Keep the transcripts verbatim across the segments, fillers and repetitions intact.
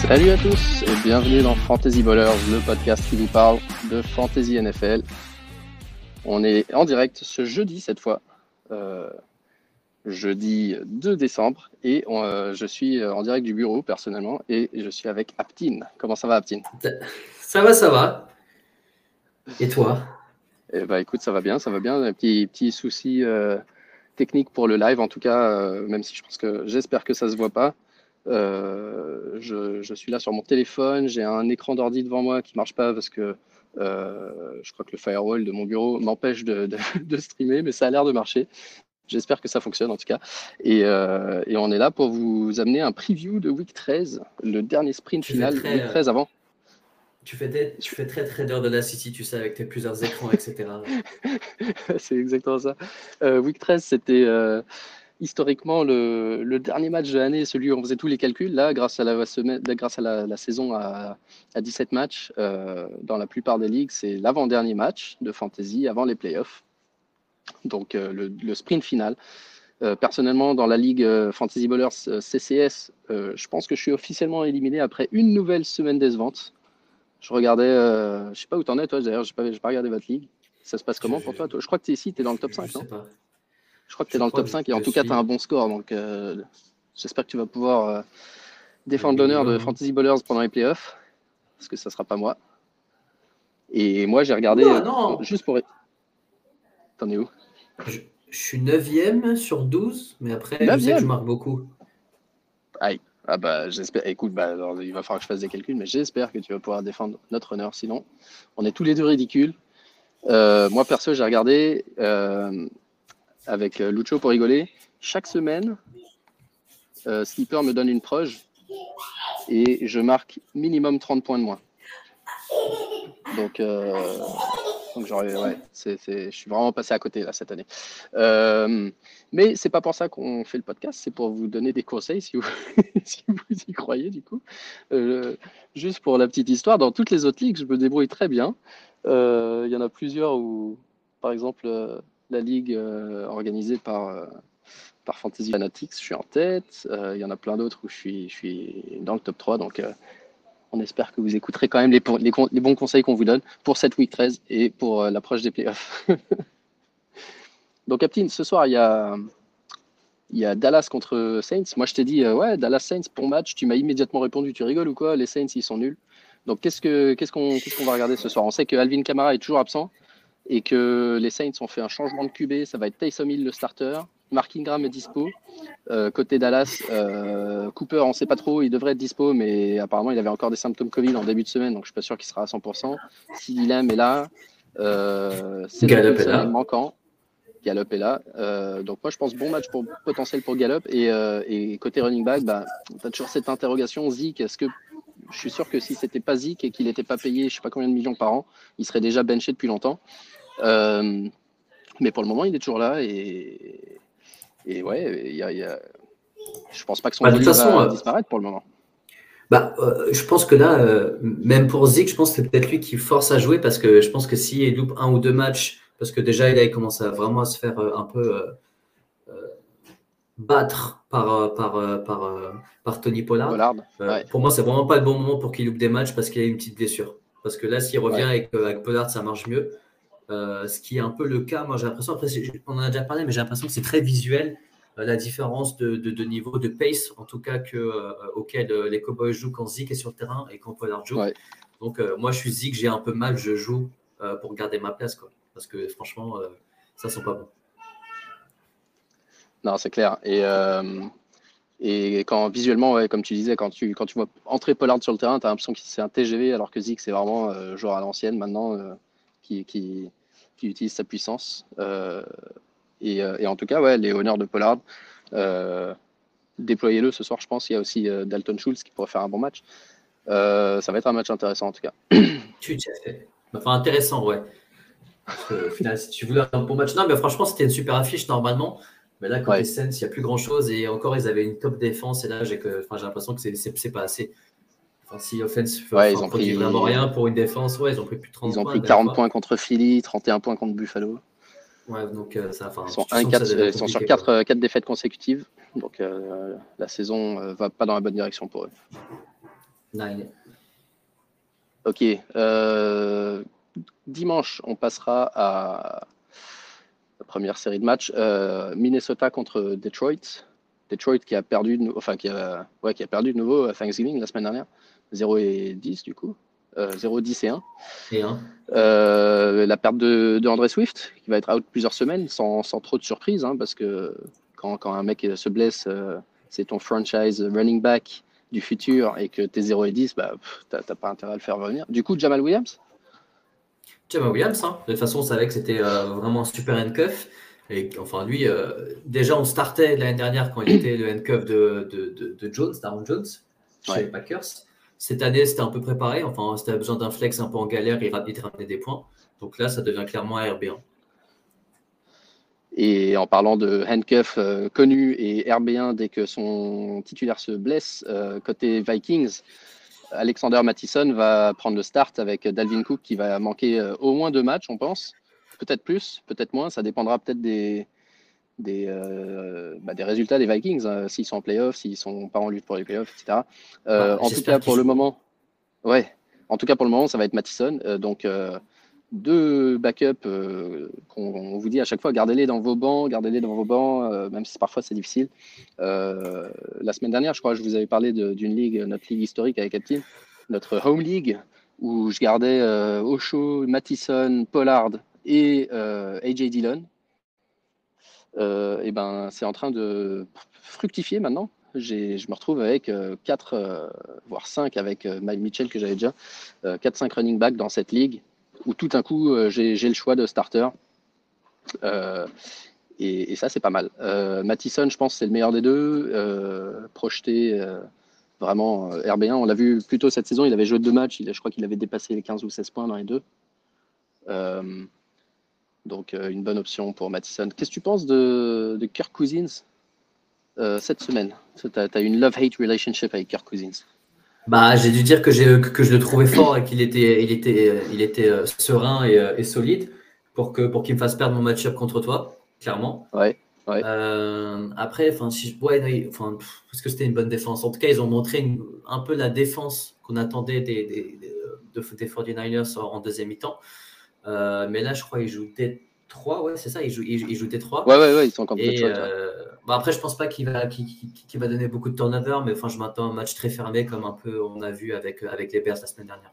Salut à tous et bienvenue dans Fantasy Ballers, le podcast qui vous parle de Fantasy N F L. On est en direct ce jeudi cette fois, euh, jeudi deux décembre, et on, euh, je suis en direct du bureau personnellement et je suis avec Aptine. Comment ça va, Aptine? Ça va, ça va. Et toi? Eh ben, écoute, ça va bien, ça va bien. Un petit, petit souci euh, technique pour le live, en tout cas, euh, même si je pense que j'espère que ça se voit pas. Euh, je, je suis là sur mon téléphone, j'ai un écran d'ordi devant moi qui marche pas parce que euh, je crois que le firewall de mon bureau m'empêche de, de, de streamer, mais ça a l'air de marcher. J'espère que ça fonctionne en tout cas. Et, euh, et on est là pour vous amener un preview de Week treize, le dernier sprint Tu fais final. très, Week treize avant. tu fais, des- tu fais très trader de la City, tu sais, avec tes plusieurs écrans, et cetera. C'est exactement ça. Euh, Week treize, c'était euh, historiquement le, le dernier match de l'année, celui où on faisait tous les calculs. Là, grâce à la, semaine, grâce à la, la saison à, à dix-sept matchs, euh, dans la plupart des ligues, c'est l'avant-dernier match de fantasy avant les playoffs. Donc euh, le, le sprint final. Euh, personnellement, dans la ligue euh, Fantasy Ballers euh, C C S, euh, je pense que je suis officiellement éliminé après une nouvelle semaine décevante. Je regardais, euh, je sais pas où t'en es toi, d'ailleurs, j'ai pas, j'ai pas regardé votre ligue. Ça se passe Je, comment pour je, toi, toi Je crois que tu es ici, tu es dans le top je, je cinq, non? sais pas. Je crois que tu es Je dans le crois top que cinq et en je tout cas, tu as un suis bon score. Donc, euh, j'espère que tu vas pouvoir euh, le défendre l'honneur de minimum. Hein. Fantasy Ballers pendant les playoffs, parce que ça sera pas moi. Et moi, j'ai regardé Non, euh, non. juste pour. T'en es où? Je, je suis neuvième sur douze, mais après, je sais que je Neuvième. marque beaucoup. Aïe. Ah bah j'espère. Écoute, bah, alors, il va falloir que je fasse des calculs, mais j'espère que tu vas pouvoir défendre notre honneur. Sinon, on est tous les deux ridicules. Euh, moi perso, j'ai regardé euh, avec euh, Lucho pour rigoler. Chaque semaine, euh, Sleeper me donne une proge et je marque minimum trente points de moins. Donc, euh, donc j'aurais, ouais, c'est, c'est, je suis vraiment passé à côté là cette année. Euh, mais c'est pas pour ça qu'on fait le podcast, c'est pour vous donner des conseils si vous, si vous y croyez du coup. Euh, juste pour la petite histoire, dans toutes les autres ligues, je me débrouille très bien. Euh, Il y en a plusieurs où, par exemple, euh, la ligue euh, organisée par euh, par Fantasy Fanatics, je suis en tête. Euh, Il y en a plein d'autres où je suis, je suis dans le top trois. Donc, euh, on espère que vous écouterez quand même les, les, les bons conseils qu'on vous donne pour cette week treize et pour euh, l'approche des playoffs. Donc, Captain, ce soir, il y a, il y a Dallas contre Saints. Moi, je t'ai dit, euh, ouais, Dallas Saints, bon match. Tu m'as immédiatement répondu, tu rigoles ou quoi? Les Saints, ils sont nuls. Donc, qu'est-ce que, qu'est-ce qu'on, qu'est-ce qu'on va regarder ce soir? On sait que Alvin Kamara est toujours absent et que les Saints ont fait un changement de Q B. Ça va être Taysom Hill le starter. Mark Ingram est dispo. Euh, côté Dallas, euh, Cooper, on ne sait pas trop, il devrait être dispo, mais apparemment il avait encore des symptômes Covid en début de semaine, donc je ne suis pas sûr qu'il sera à cent pour cent. CeeDee Lamb est là, euh, Cédric Gallup est Wilson est là. manquant, Gallup est là. Euh, donc moi je pense bon match pour, potentiel pour Gallup. Et, euh, et côté running back, bah, tu as toujours cette interrogation, Zeke, est-ce que je suis sûr que si c'était pas Zeke et qu'il n'était pas payé je ne sais pas combien de millions par an, il serait déjà benché depuis longtemps. Euh, mais pour le moment il est toujours là et, et ouais, il y a, y a je pense pas que son Bah, de toute volume façon, va euh, disparaître pour le moment. bah, euh, je pense que là, euh, même pour Zeke, je pense que c'est peut-être lui qui force à jouer parce que je pense que s'il loupe un ou deux matchs, parce que déjà, là, il commence à vraiment à se faire euh, un peu euh, euh, battre par, euh, par, euh, par, euh, par Tony Pollard. Pollard, Euh, ouais, pour moi, c'est vraiment pas le bon moment pour qu'il loupe des matchs parce qu'il a une petite blessure. Parce que là, s'il revient ouais. avec, euh, avec Pollard, ça marche mieux. Euh, ce qui est un peu le cas, moi j'ai l'impression, après on en a déjà parlé, mais j'ai l'impression que c'est très visuel euh, la différence de, de, de niveau, de pace, en tout cas que, euh, auquel euh, les Cowboys jouent quand Zeke est sur le terrain et quand Pollard joue. Ouais. Donc euh, moi je suis Zeke, j'ai un peu mal, je joue euh, pour garder ma place, quoi. Parce que franchement, euh, ça sent pas bon. Non, c'est clair. Et, euh, et quand visuellement, ouais, comme tu disais, quand tu, quand tu vois entrer Pollard sur le terrain, tu as l'impression que c'est un T G V, alors que Zeke, c'est vraiment euh, joueur à l'ancienne maintenant, euh, qui, qui, qui utilise sa puissance. Euh, et, euh, et en tout cas, ouais, les honneurs de Pollard, euh, déployez-le ce soir, je pense. Il y a aussi euh, Dalton Schultz qui pourrait faire un bon match. Euh, ça va être un match intéressant en tout cas. Tu t'y as fait. Enfin, intéressant, ouais. Parce que, au final, si tu voulais un bon match, non, mais franchement, c'était une super affiche normalement. Mais là, côté Ouais, Saints, il n'y a plus grand chose. Et encore, ils avaient une top défense. Et là, j'ai que, enfin, j'ai l'impression que c'est, c'est, c'est pas assez. Enfin, si offense ouais, enfin, ils ont produit vraiment pris, rien pour une défense, ouais, ils ont pris plus de ils trente ont points la pris dernière quarante fois. points contre Philly, trente et un points contre Buffalo. Ouais, donc euh, ça, enfin, Ils sont tu, tu un sens que ça quatre, devient ils sont sur compliqué, quoi. quatre, quatre défaites consécutives. Donc euh, la saison euh, va pas dans la bonne direction pour eux. Nine. Ok. Euh, dimanche, on passera à la première série de matchs. Euh, Minnesota contre Detroit. Detroit qui a perdu, de, enfin qui a, ouais, qui a perdu de nouveau à Thanksgiving la semaine dernière. zéro et dix du coup. Euh, zéro, dix et un. Et un. Euh, la perte de, de André Swift, qui va être out plusieurs semaines, sans, sans trop de surprise, hein, parce que quand, quand un mec se blesse, euh, c'est ton franchise running back du futur et que t'es zéro et dix, bah, t'as pas intérêt à le faire revenir. Du coup, Jamal Williams. Jamal Williams, hein. De toute façon, on savait que c'était euh, vraiment un super handcuff. Et enfin, lui, euh, déjà, on startait l'année dernière quand il était le handcuff de, de, de, de Jones, d'Aaron Jones, chez Ouais. les Packers. Cette année, c'était un peu préparé. Enfin, c'était besoin d'un flex un peu en galère, il, il ramenait des points. Donc là, ça devient clairement un R B un. Et en parlant de handcuff euh, connu et R B un dès que son titulaire se blesse, euh, côté Vikings, Alexander Mattison va prendre le start avec Dalvin Cook qui va manquer euh, au moins deux matchs, on pense. Peut-être plus, peut-être moins. Ça dépendra peut-être des, des, euh, bah, des résultats des Vikings, hein, s'ils sont en playoff, s'ils sont pas en lutte pour les playoffs, et cetera. Euh, Bah, en tout cas, j'espère qu'il pour le joue. moment, ouais. En tout cas, pour le moment, ça va être Mattison. Euh, donc, euh, deux backups euh, qu'on on vous dit à chaque fois, gardez-les dans vos bancs, gardez-les dans vos bancs, euh, même si parfois c'est difficile. Euh, la semaine dernière, je crois, je vous avais parlé d'une ligue, notre ligue historique avec Captain, notre home league, où je gardais euh, Osho, Mattison, Pollard et euh, A J Dillon. Euh, et ben, c'est en train de fructifier maintenant. Je me retrouve avec euh, quatre, euh, voire cinq avec euh, Mike Mitchell que j'avais déjà, euh, quatre cinq running back dans cette ligue où tout d'un coup euh, j'ai le choix de starter. Euh, et, et, ça, c'est pas mal. Euh, Mattison, je pense, c'est le meilleur des deux. Euh, projeté euh, vraiment euh, R B un. On l'a vu plus tôt cette saison, il avait joué deux matchs. Il, je crois qu'il avait dépassé les quinze ou seize points dans les deux. Euh, donc, euh, une bonne option pour Mattison. Qu'est-ce que tu penses de, de Kirk Cousins euh, cette semaine? Tu as, as une love-hate relationship avec Kirk Cousins. Bah, j'ai dû dire que, que, que je le trouvais fort et qu'il était, il était, il était euh, serein et, euh, et solide pour qu'il pour qu'il me fasse perdre mon match-up contre toi, clairement. Ouais, ouais. Euh, après, enfin, si, ouais, non, enfin, parce que c'était une bonne défense. En tout cas, ils ont montré une, un peu la défense qu'on attendait des, des, des, de, des forty-niners en deuxième mi-temps. Euh, mais là, je crois qu'ils jouent Détroit. Ouais, c'est ça, ils jouent, ils, ils jouent Détroit. Ouais, ouais, ouais, ils sont contre Et Detroit. euh, bah après, je pense pas qu'il va, qu'il, qu'il va donner beaucoup de turnover, mais enfin, je m'attends à un match très fermé, comme un peu on a vu avec, avec les Bears la semaine dernière.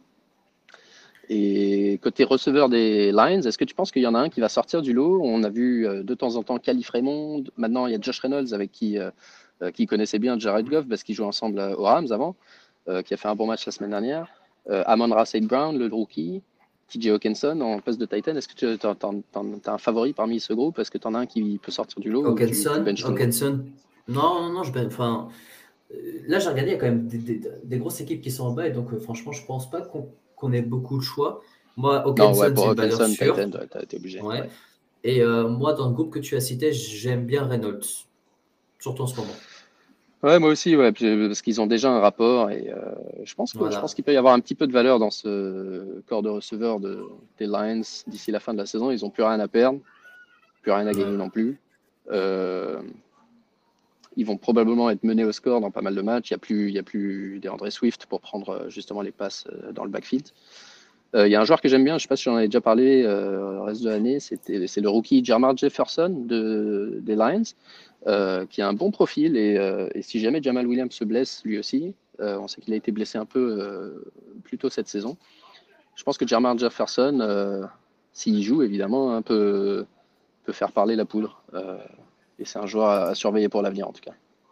Et côté receveur des Lions, est-ce que tu penses qu'il y en a un qui va sortir du lot? On a vu euh, de temps en temps Calif Raymond. Maintenant, il y a Josh Reynolds avec qui, euh, euh, qui connaissait bien Jared Goff parce qu'ils jouaient ensemble euh, aux Rams avant, euh, qui a fait un bon match la semaine dernière. Euh, Amon-Ra Saint Brown, le rookie. T J Hawkinson en poste de Titan. Est-ce que tu as, un favori parmi ce groupe? Est-ce que tu en as un qui peut sortir du lot ou tu, tu Hawkinson, benches tout le monde? Hawkinson. Non, non, non, je ben, enfin, là, j'ai regardé, il y a quand même des, des, des grosses équipes qui sont en bas, et donc, euh, franchement, je pense pas qu'on qu'on ait beaucoup de choix. Moi, Non, ouais, Hawkinson, pour c'est une valeur Hawkinson, sûre. Titan, tu été obligé. Ouais. Ouais. Et euh, moi, dans le groupe que tu as cité, j'aime bien Reynolds, surtout en ce moment. Ouais, moi aussi, ouais, parce qu'ils ont déjà un rapport et euh, je pense que je pense Voilà. qu'il peut y avoir un petit peu de valeur dans ce corps de receveur de, des Lions d'ici la fin de la saison. Ils n'ont plus rien à perdre, plus rien à gagner Ouais. non plus. Euh, ils vont probablement être menés au score dans pas mal de matchs. Il n'y a plus, il y a plus DeAndre Swift pour prendre justement les passes dans le backfield. Euh, il y a un joueur que j'aime bien, je ne sais pas si j'en avais déjà parlé euh, le reste de l'année, c'est le rookie Jermar Jefferson de, des Lions. Euh, qui a un bon profil et, euh, et si jamais Jamal Williams se blesse lui aussi, euh, on sait qu'il a été blessé un peu euh, plus tôt cette saison. Je pense que Jermar Jefferson, euh, s'il joue évidemment, hein, peut, peut faire parler la poudre. Euh, et c'est un joueur à, à surveiller pour l'avenir en tout cas.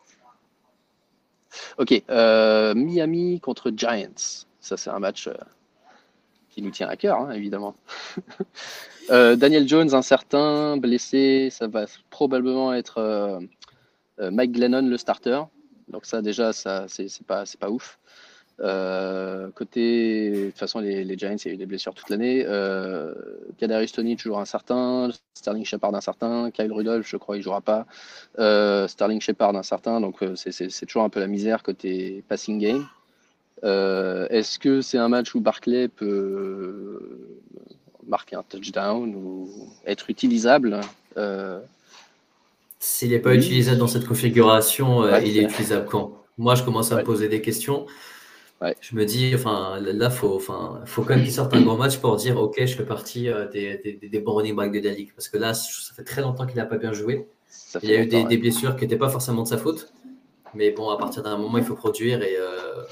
Ok, euh, Miami contre Giants. Ça c'est un match euh, qui nous tient à cœur, hein, évidemment. euh, Daniel Jones, incertain, blessé, ça va probablement être euh, euh, Mike Glennon, le starter. Donc ça déjà, ça c'est pas c'est pas ouf. Euh, côté, de toute façon, les, les Giants, il y a eu des blessures toute l'année. Euh, Kadarius Toney toujours incertain, Sterling Shepard incertain, Kyle Rudolph, je crois, il jouera pas. Euh, Sterling Shepard incertain, donc c'est toujours un peu la misère côté passing game. Euh, Est-ce que c'est un match où Barkley peut marquer un touchdown ou être utilisable? euh, S'il n'est pas Oui. utilisable dans cette configuration, euh, Ouais, il est utilisable quand? Moi, je commence à ouais. me poser des questions. Ouais. Je me dis, enfin, là, faut, enfin, faut quand même qu'il sorte un gros match pour dire, ok, je fais partie euh, des, des, des bons running backs de la ligue. Parce que là, ça fait très longtemps qu'il n'a pas bien joué. Ça Il fait y a eu longtemps, des, ouais. des blessures qui n'étaient pas forcément de sa faute. Mais bon, à partir d'un moment, il faut produire. Et euh,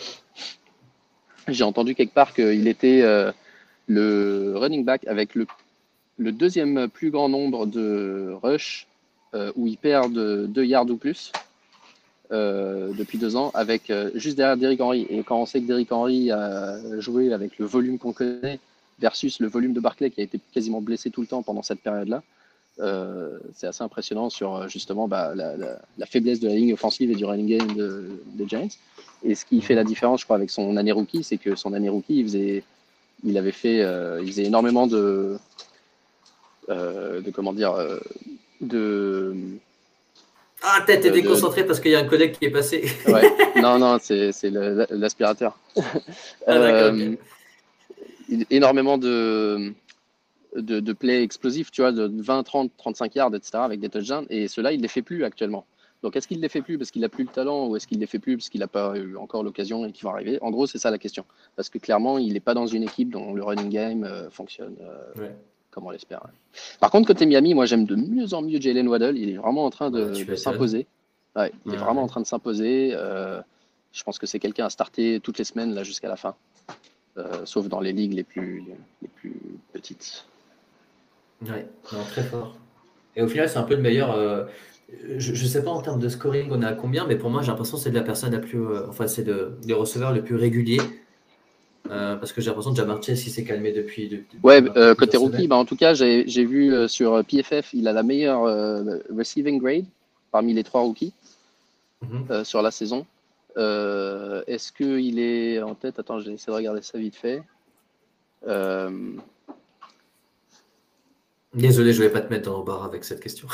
J'ai entendu quelque part qu'il était euh, le running back avec le, le deuxième plus grand nombre de rushs euh, où il perd de deux yards ou plus euh, depuis deux ans, avec euh, juste derrière Derrick Henry. Et quand on sait que Derrick Henry a joué avec le volume qu'on connaît versus le volume de Barclay qui a été quasiment blessé tout le temps pendant cette période-là, euh, c'est assez impressionnant sur justement bah, la, la, la faiblesse de la ligne offensive et du running game de, des Giants. Et ce qui fait la différence, je crois, avec son année rookie, c'est que son année rookie, il faisait, il avait fait, euh, il faisait énormément de, euh, de comment dire, euh, de Ah, t'es de, de, déconcentré parce qu'il y a un collègue qui est passé. ouais, non, non, c'est, c'est le, l'aspirateur. Ah, d'accord, euh, ok. énormément de, de, de plays explosifs, tu vois, de vingt, trente, trente-cinq yards, et cetera, avec des touchdowns. Et cela, il ne les fait plus actuellement. Donc, est-ce qu'il ne les fait plus parce qu'il n'a plus le talent ou est-ce qu'il ne les fait plus parce qu'il n'a pas eu encore l'occasion et qu'il va arriver? En gros, c'est ça la question. Parce que clairement, il n'est pas dans une équipe dont le running game euh, fonctionne euh, Ouais. comme on l'espère. Ouais. Par contre, côté Miami, moi, j'aime de mieux en mieux Jalen Waddle. Il est vraiment en train Bah, de, tu de m'étonnes. s'imposer. Ouais, il est Ouais, vraiment ouais. en train de s'imposer. Euh, je pense que c'est quelqu'un à starter toutes les semaines là jusqu'à la fin, euh, sauf dans les ligues les plus, les plus petites. Ouais, non, très fort. Et au final, c'est un peu le meilleur. euh, je ne sais pas en termes de scoring, on est à combien, mais pour moi, j'ai l'impression que c'est de la personne la plus. euh, enfin, c'est de, des receveurs le plus régulier. euh, parce que j'ai l'impression que Ja'Marr Chase, il s'est calmé depuis, de- Ouais, depuis maintenant euh, plusieurs côté rookie, semaines. bah, en tout cas, j'ai, j'ai vu euh, sur P F F, il a la meilleure euh, receiving grade parmi les trois rookies Mhm. euh, sur la saison. Euh, est-ce qu'il est en tête? Attends, je vais essayer de regarder ça vite fait. Euh, Désolé, je ne vais pas te mettre dans le bar avec cette question.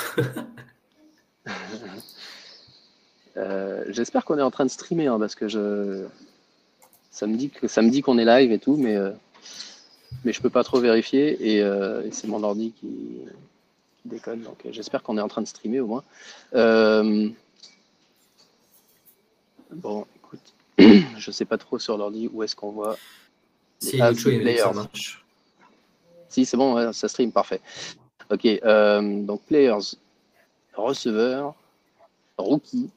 euh, j'espère qu'on est en train de streamer hein, parce que je, ça me dit que ça me dit qu'on est live et tout, mais euh, mais je peux pas trop vérifier et, euh, et c'est mon ordi qui, qui déconne. Donc euh, j'espère qu'on est en train de streamer au moins. Euh, bon, écoute, je sais pas trop sur l'ordi où est-ce qu'on voit. Si, Ah, Lucho, si, il me dit que ça players. marche. Si, c'est bon, ouais, ça stream, parfait. Ok, euh, donc players, receveur, rookie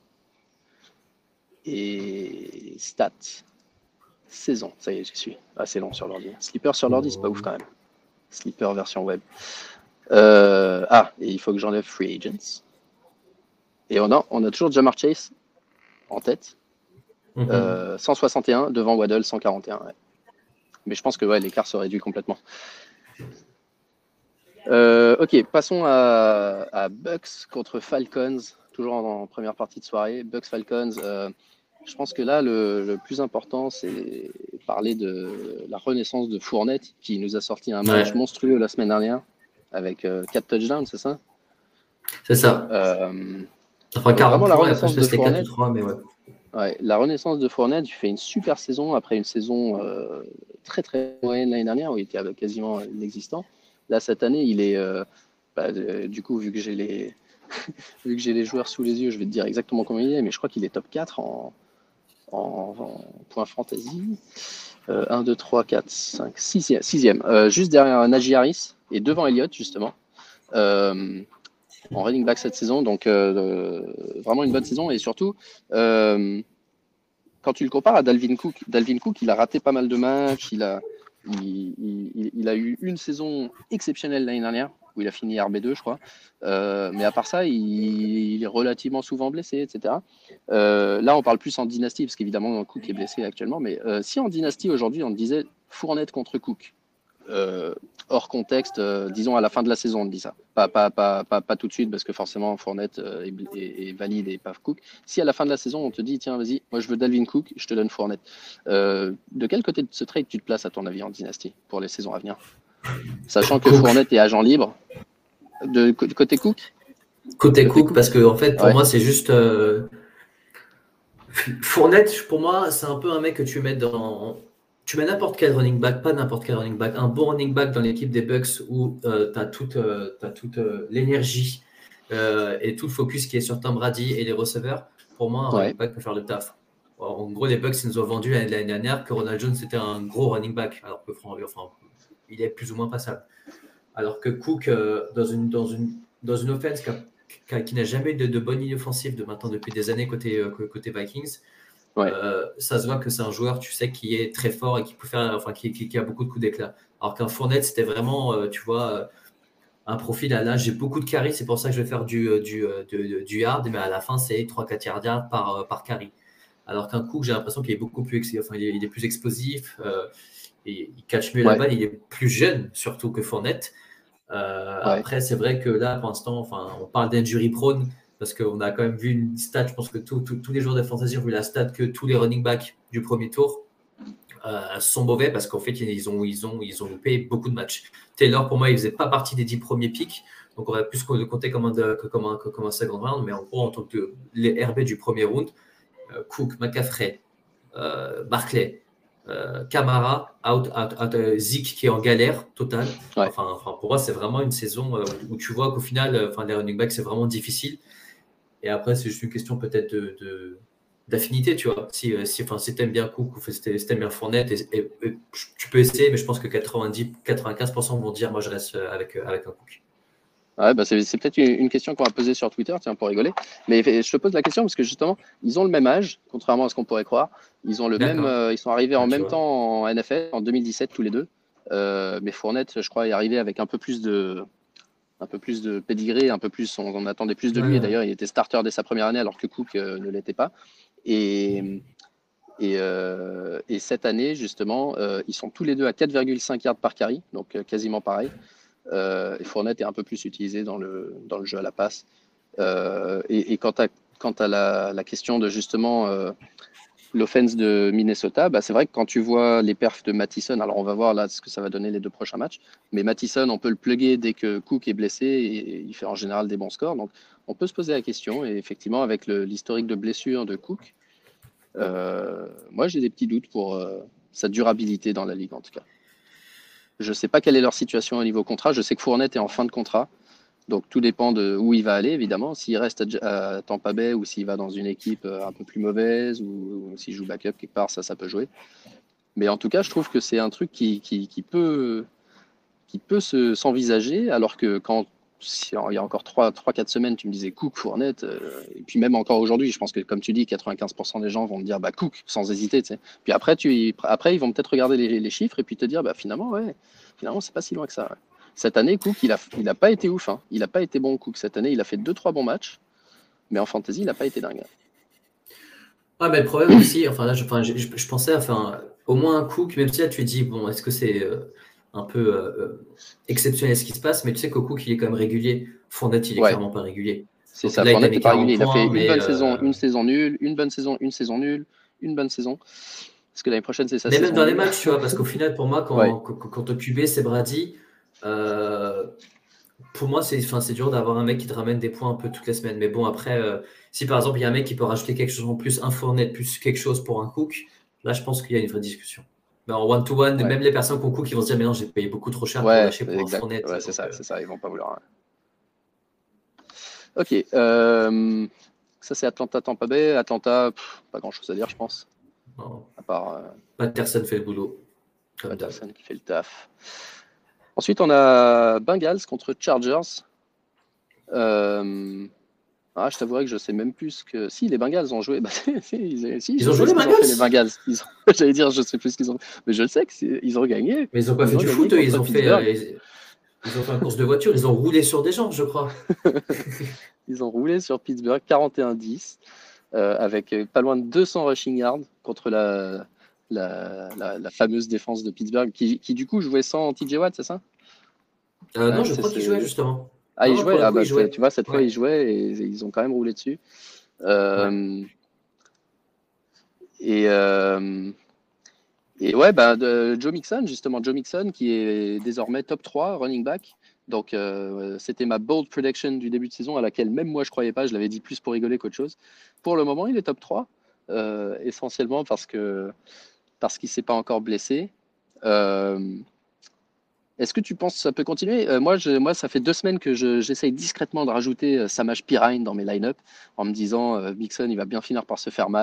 et stats. Saison, ça y est, j'y suis. Ah, c'est long sur l'ordi. Sleeper sur l'ordi, c'est pas ouf Oh. quand même. Sleeper version web. Euh, ah, et il faut que j'enlève Free Agents. Et on a, on a toujours Ja'Marr Chase en tête. Mhm. Euh, cent soixante et un devant Waddle, cent quarante et un. Ouais. Mais je pense que ouais, l'écart se réduit complètement. Euh, ok, passons à, à Bucks contre Falcons, toujours en, en première partie de soirée. Bucks Falcons, euh, je pense que là, le, le plus important, c'est parler de la renaissance de Fournette, qui nous a sorti un match Ouais, monstrueux la semaine dernière, avec euh, quatre touchdowns, c'est ça? c'est ça. Euh, Enfin, donc vraiment quarante la points, et après, je renaissance de laisse les quatre ou Fournette, trois, mais ouais. ouais, la renaissance de Fournette, il fait une super saison après une saison euh, très très moyenne l'année dernière où il était quasiment inexistant. Là cette année, il est euh, bah, de- du coup vu que j'ai les vu que j'ai les joueurs sous les yeux, je vais te dire exactement combien il est, mais je crois qu'il est top quatre en, en, en points fantasy. Euh, un, deux, trois, quatre, cinq, six, sixième. Euh, juste derrière Najee Harris et devant Elliott justement. Euh, en running back cette saison, donc euh, vraiment une bonne saison et surtout euh, quand tu le compares à Dalvin Cook, Dalvin Cook, il a raté pas mal de matchs, il a, il, il, il a eu une saison exceptionnelle l'année dernière, où il a fini R B deux, je crois. Euh, mais à part ça, il, il, est relativement souvent blessé, et cetera. Euh, là, on parle plus en dynastie, parce qu'évidemment, Cook est blessé actuellement. Mais euh, si en dynastie, aujourd'hui, on disait Fournette contre Cook, euh, hors contexte, euh, disons à la fin de la saison, on dit ça. Pas, pas, pas, pas, pas tout de suite, parce que forcément, Fournette euh, est, est, est, valide et pas Cook. Si à la fin de la saison, on te dit, tiens, vas-y, moi je veux Dalvin Cook, je te donne Fournette. Euh, de quel côté de ce trade tu te places, à ton avis, en dynastie, pour les saisons à venir? Sachant que Cook. Fournette est agent libre. De, de côté Cook Côté Côté Cook, Cook parce que, en fait, pour Ouais. moi, c'est juste. Euh... Fournette, pour moi, c'est un peu un mec que tu mets dans. Tu mets n'importe quel running back, pas n'importe quel running back, un bon running back dans l'équipe des Bucks où euh, tu as toute, euh, t'as toute euh, l'énergie euh, et tout le focus qui est sur Tom Brady et les receveurs. Pour moi, un Ouais. running back peut faire le taf. En gros, les Bucks ils nous ont vendu l'année dernière que Ronald Jones était un gros running back, alors que enfin, il est plus ou moins passable. Alors que Cook, euh, dans, une, dans, une, dans une offense qui, a, qui, a, qui n'a jamais eu de, de bonne ligne offensive de maintenant depuis des années côté, euh, côté Vikings, ouais. euh, ça se voit que c'est un joueur, tu sais, qui est très fort et qui peut faire, enfin, qui, qui, qui a beaucoup de coups d'éclat. Alors qu'un Fournette, c'était vraiment, euh, tu vois, euh, un profil à l'âge. J'ai beaucoup de carry, c'est pour ça que je vais faire du, du, du, du yard, mais à la fin, c'est trois quatre yards par, par carry. Alors qu'un Cook, j'ai l'impression qu'il est beaucoup plus, enfin, il est, il est plus explosif, euh, et il catch mieux ouais. la balle, il est plus jeune surtout que Fournette. Euh, ouais. Après, c'est vrai que là, pour l'instant, enfin, on parle d'injury prone parce qu'on a quand même vu une stat. Je pense que tout, tout, tous les joueurs de fantasy ont vu la stat que tous les running backs du premier tour euh, sont mauvais parce qu'en fait, ils ont, ils, ont, ils ont loupé beaucoup de matchs. Taylor, pour moi, il ne faisait pas partie des dix premiers picks. Donc, on aurait plus le compter comme un, comme un, comme un second round. Mais en gros, en tant que les R B du premier round, euh, Cook, McCaffrey, euh, Barclay, Euh, Camara, out, out, out euh, Zeke qui est en galère totale. Ouais. Enfin, enfin, pour moi, c'est vraiment une saison euh, où, où tu vois qu'au final, euh, enfin, les running backs, c'est vraiment difficile. Et après, c'est juste une question peut-être de, de, d'affinité, tu vois. Si, euh, si, enfin, si t'aimes bien Cook ou si t'aimes bien Fournette, et, et, et, tu peux essayer, mais je pense que quatre-vingt-dix à quatre-vingt-quinze pour cent vont dire moi, je reste avec, avec un Cook. Ouais, bah c'est, c'est peut-être une, une question qu'on va poser sur Twitter, tiens, pour rigoler. Mais je te pose la question parce que justement, ils ont le même âge, contrairement à ce qu'on pourrait croire. Ils ont le D'accord. même, euh, ils sont arrivés en ah, même vois. temps en N F L en deux mille dix-sept tous les deux. Euh, mais Fournette, je crois, est arrivé avec un peu plus de, un peu plus de pédigré, un peu plus, on, on attendait plus de lui. Ouais, et d'ailleurs, il était starter dès sa première année alors que Cook euh, ne l'était pas. Et et, euh, et cette année, justement, euh, ils sont tous les deux à quatre virgule cinq yards par carry, donc euh, quasiment pareil. Euh, et Fournette est un peu plus utilisé dans le, dans le jeu à la passe. Euh, et, et quant à, quant à la, la question de justement euh, l'offense de Minnesota, bah c'est vrai que quand tu vois les perfs de Mattison, alors on va voir là ce que ça va donner les deux prochains matchs, mais Mattison, on peut le plugger dès que Cook est blessé et il fait en général des bons scores. Donc on peut se poser la question. Et effectivement, avec le, l'historique de blessure de Cook, euh, moi j'ai des petits doutes pour euh, sa durabilité dans la ligue en tout cas. Je ne sais pas quelle est leur situation au niveau contrat. Je sais que Fournette est en fin de contrat. Donc, tout dépend de où il va aller, évidemment. S'il reste à Tampa Bay ou s'il va dans une équipe un peu plus mauvaise ou, ou s'il joue backup quelque part, ça, ça peut jouer. Mais en tout cas, je trouve que c'est un truc qui, qui, qui peut, qui peut se, s'envisager. Alors que quand si, il y a encore trois quatre semaines, tu me disais Cook, Fournette, euh, et puis même encore aujourd'hui, je pense que comme tu dis, quatre-vingt-quinze pour cent des gens vont me dire bah, Cook, sans hésiter. Tu sais. Puis après, tu, après, ils vont peut-être regarder les, les chiffres et puis te dire bah, finalement, ouais, finalement, c'est pas si loin que ça. Ouais. Cette année, Cook, il n'a il a pas été ouf. Hein. Il n'a pas été bon, Cook, cette année. Il a fait deux trois bons matchs, mais en fantasy, il n'a pas été dingue. Ah, mais le problème aussi, enfin là, je, enfin, je, je, je pensais, enfin, au moins un Cook, même si là, tu dis, bon, est-ce que c'est euh, un peu euh, exceptionnel ce qui se passe, mais tu sais qu'au Cook, il est quand même régulier. Fournette, il est ouais. clairement pas régulier. C'est Donc, ça, là, Fournette n'est pas régulier. Il a fait une bonne euh... saison, une saison nulle, une bonne saison, une saison nulle, une bonne saison. Parce que l'année prochaine, c'est ça. Mais même dans les matchs, tu vois, parce qu'au final, pour moi, quand, ouais. quand, quand ton Q B, c'est Brady, euh, pour moi, c'est, c'est dur d'avoir un mec qui te ramène des points un peu toutes les semaines. Mais bon, après, euh, si par exemple, il y a un mec qui peut rajouter quelque chose en plus, un Fournette, plus quelque chose pour un Cook, là, je pense qu'il y a une vraie discussion. Mais en one-to-one, ouais. même les personnes qui ont Cook, qui vont se dire, mais non, j'ai payé beaucoup trop cher ouais, pour lâcher pour exact. un Fournette. Ouais, c'est ça, euh... c'est ça, ils vont pas vouloir. Ok. Euh, ça, c'est Atlanta-Tampa Bay. Atlanta, pff, pas grand-chose à dire, je pense. Non. À part. Euh... Patterson fait le boulot. Patterson qui fait le taf. Ensuite, on a Bengals contre Chargers. Euh... Ah, je t'avouerais que je sais même plus que. Si, les Bengals ont joué. Bah, si, ils, si, ils ont joué les Bengals. Ont les Bengals. Ils ont... J'allais dire, je sais plus ce qu'ils ont. Mais je le sais qu'ils ont gagné. Mais ils ont pas ils fait ont du foot. Ils ont fait, euh, ils... ils ont fait une course de voiture. Ils ont roulé sur des gens, je crois. Ils ont roulé sur Pittsburgh quarante et un dix euh, avec pas loin de deux cents rushing yards contre la. La, la, la fameuse défense de Pittsburgh qui, qui du coup jouait sans T J Watt, c'est ça euh, Non, ouais, je crois qu'il jouait justement. Ah, non, il jouait, ah, bah, il jouait. Tu vois, cette ouais. fois, il jouait et ils ont quand même roulé dessus. Euh, ouais. Et, euh, et ouais, bah, de Joe Mixon, justement, Joe Mixon qui est désormais top trois running back. Donc, euh, c'était ma bold prediction du début de saison à laquelle même moi, je ne croyais pas. Je l'avais dit plus pour rigoler qu'autre chose. Pour le moment, il est top trois, euh, essentiellement parce que parce qu'il ne s'est pas encore blessé. Euh, Est-ce que tu penses que ça peut continuer euh, moi, je, moi, ça fait deux semaines que je, j'essaye discrètement de rajouter euh, Samaje Perine dans mes line-up en me disant euh, Mixon, il va bien finir par se faire mal.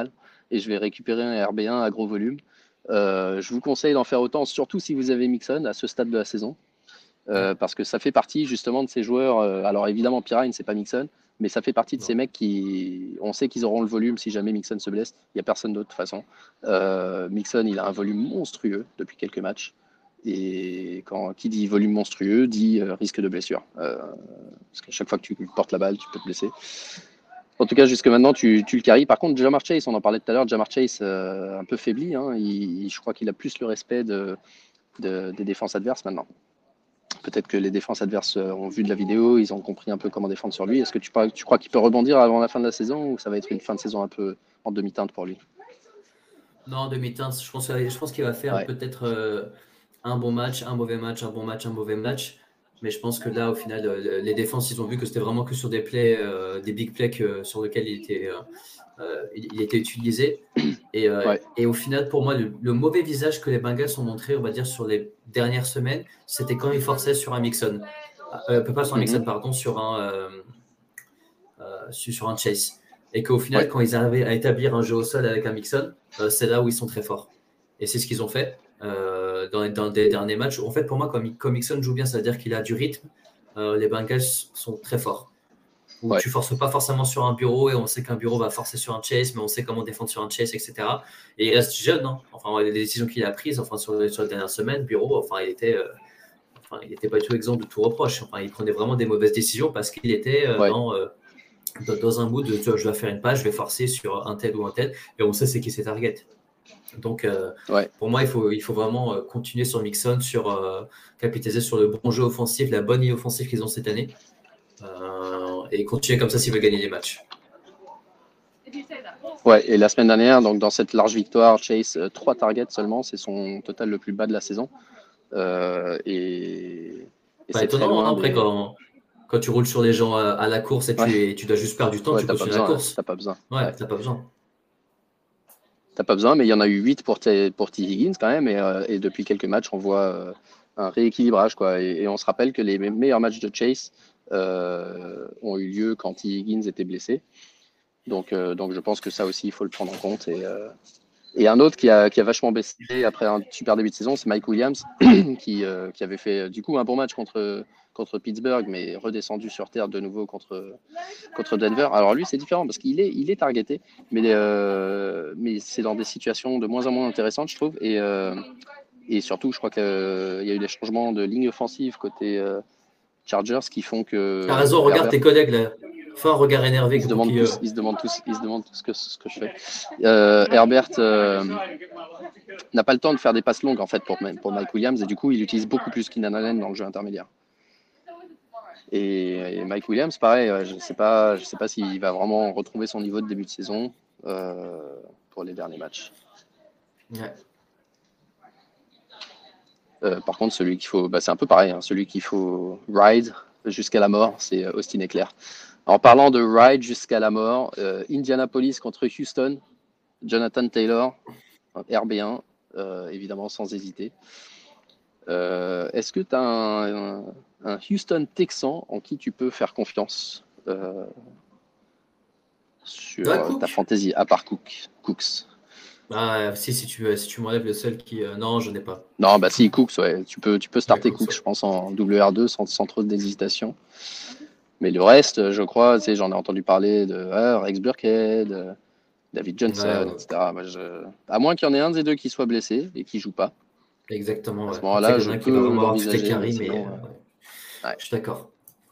et je vais récupérer un R B un à gros volume. Euh, je vous conseille d'en faire autant, surtout si vous avez Mixon à ce stade de la saison. Euh, parce que ça fait partie justement de ces joueurs. Euh, alors évidemment, Pirine, c'est pas Mixon, mais ça fait partie de Non. ces mecs qui, on sait qu'ils auront le volume si jamais Mixon se blesse. Il n'y a personne d'autre de toute façon. Euh, Mixon, il a un volume monstrueux depuis quelques matchs. Et quand qui dit volume monstrueux, dit euh, risque de blessure. Euh, parce qu'à chaque fois que tu portes la balle, tu peux te blesser. En tout cas, jusque maintenant, tu, tu le carries. Par contre, Jamar Chase, on en parlait tout à l'heure, Jamar Chase, euh, un peu faibli. Hein, il, je crois qu'il a plus le respect de, de, des défenses adverses maintenant. Peut-être que les défenses adverses ont vu de la vidéo, ils ont compris un peu comment défendre sur lui. Est-ce que tu, tu crois qu'il peut rebondir avant la fin de la saison ou ça va être une fin de saison un peu en demi-teinte pour lui? Non, en demi-teinte, je pense, je pense qu'il va faire Ouais. peut-être euh, un bon match, un mauvais match, un bon match, un mauvais match. Mais je pense que là, au final, euh, les défenses, ils ont vu que c'était vraiment que sur des plays, euh, des big plays que, sur lesquels il était, euh, euh, il, il était utilisé. Et, euh, Ouais. et au final, pour moi, le, le mauvais visage que les Bengals ont montré, on va dire, sur les dernières semaines, c'était quand ils forçaient sur un Mixon. Euh, pas sur un Mixon, Mhm. pardon, sur un, euh, euh, sur un Chase. Et qu'au final, Ouais. quand ils arrivaient à établir un jeu au sol avec un Mixon, euh, c'est là où ils sont très forts. Et c'est ce qu'ils ont fait euh, dans, dans des derniers matchs. En fait, pour moi, comme, comme Mixon joue bien, ça veut dire qu'il a du rythme. Euh, les Bengals sont très forts. Où Ouais. tu forces pas forcément sur un bureau et on sait qu'un bureau va forcer sur un Chase, mais on sait comment défendre sur un Chase, et cetera. Et il reste jeune, hein. Enfin, les décisions qu'il a prises, enfin sur, sur les dernières semaines, bureau, enfin il était, euh, enfin il n'était pas du tout exempt de tout reproche. Enfin, il prenait vraiment des mauvaises décisions parce qu'il était euh, Ouais. dans euh, dans un mood de tu vois, je dois faire une page, je vais forcer sur un tel ou un tel, et on sait c'est qui c'est target. Donc, euh, Ouais. pour moi, il faut, il faut vraiment euh, continuer sur Mixon, sur euh, capitaliser sur le bon jeu offensif, la bonne ligne offensive qu'ils ont cette année, euh, et continuer comme ça s'ils veulent gagner des matchs. Ouais. Et la semaine dernière, donc dans cette large victoire, Chase, euh, trois targets seulement, c'est son total le plus bas de la saison. Euh, et et Pas c'est très étonnant, hein, loin après, des. quand, quand tu roules sur les gens à, à la course et tu, Ouais. et tu dois juste perdre du temps, Ouais, tu t'as pas continues la besoin. Hein. course. T'as pas besoin. Ouais, Ouais. t'as pas besoin. T'as pas besoin, mais il y en a eu huit pour T, pour T. Higgins quand même. Et, euh, et depuis quelques matchs, on voit euh, un rééquilibrage. Quoi. Et, et on se rappelle que les me- meilleurs matchs de Chase euh, ont eu lieu quand T. Higgins était blessé. Donc, euh, donc je pense que ça aussi, il faut le prendre en compte. Et, euh, et un autre qui a, qui a vachement baissé après un super début de saison, c'est Mike Williams, qui, euh, qui avait fait du coup un bon match contre, contre Pittsburgh, mais redescendu sur terre de nouveau contre, contre Denver. Alors lui, c'est différent parce qu'il est, il est targeté, mais, euh, mais c'est dans des situations de moins en moins intéressantes, je trouve. Et, euh, et surtout, je crois qu'il euh, y a eu des changements de ligne offensive côté euh, Chargers qui font T'as raison, que regarde Herbert. tes collègues là. Fais un regard énervé Ils se pour demandent qu'ils. Euh... tous, ils se demandent tous, ils se demandent tous ce que, ce que je fais. Euh, Herbert euh, n'a pas le temps de faire des passes longues en fait pour, pour Mike Williams et du coup il utilise beaucoup plus Keenan Allen dans le jeu intermédiaire. Et, et Mike Williams, pareil, je ne sais pas, je sais pas s'il va vraiment retrouver son niveau de début de saison euh, pour les derniers matchs. Ouais. Euh, par contre, celui qu'il faut, bah, c'est un peu pareil, hein, celui qu'il faut ride jusqu'à la mort, c'est Austin Ekeler. En parlant de ride jusqu'à la mort, euh, Indianapolis contre Houston, Jonathan Taylor, R B un, euh, évidemment sans hésiter. Euh, est-ce que tu as un, un, un Houston Texan en qui tu peux faire confiance euh, sur Ouais, ta Cook. fantasy, à part Cook, Cooks? Ah, si, si tu, si tu m'enlèves le seul qui. Euh... Non, je n'ai pas. Non, bah si, Cooks, ouais. Tu peux, tu peux Ouais, starter Cooks, Cooks, ouais. je pense, en W R deux sans, sans trop d'hésitation. Mais le reste, je crois, tu sais, j'en ai entendu parler de ah, Rex Burkhead, euh, David Ouais, Johnson, ouais. et cetera. Moi, je... À moins qu'il y en ait un des deux qui soit blessé et qui joue pas. Exactement, À ouais. ce On sait moment-là, qu'il y en je a un qui va peux vraiment avoir toutes les l'envisager, mais carries, mais sinon, euh, ouais. euh, ouais. Je suis d'accord.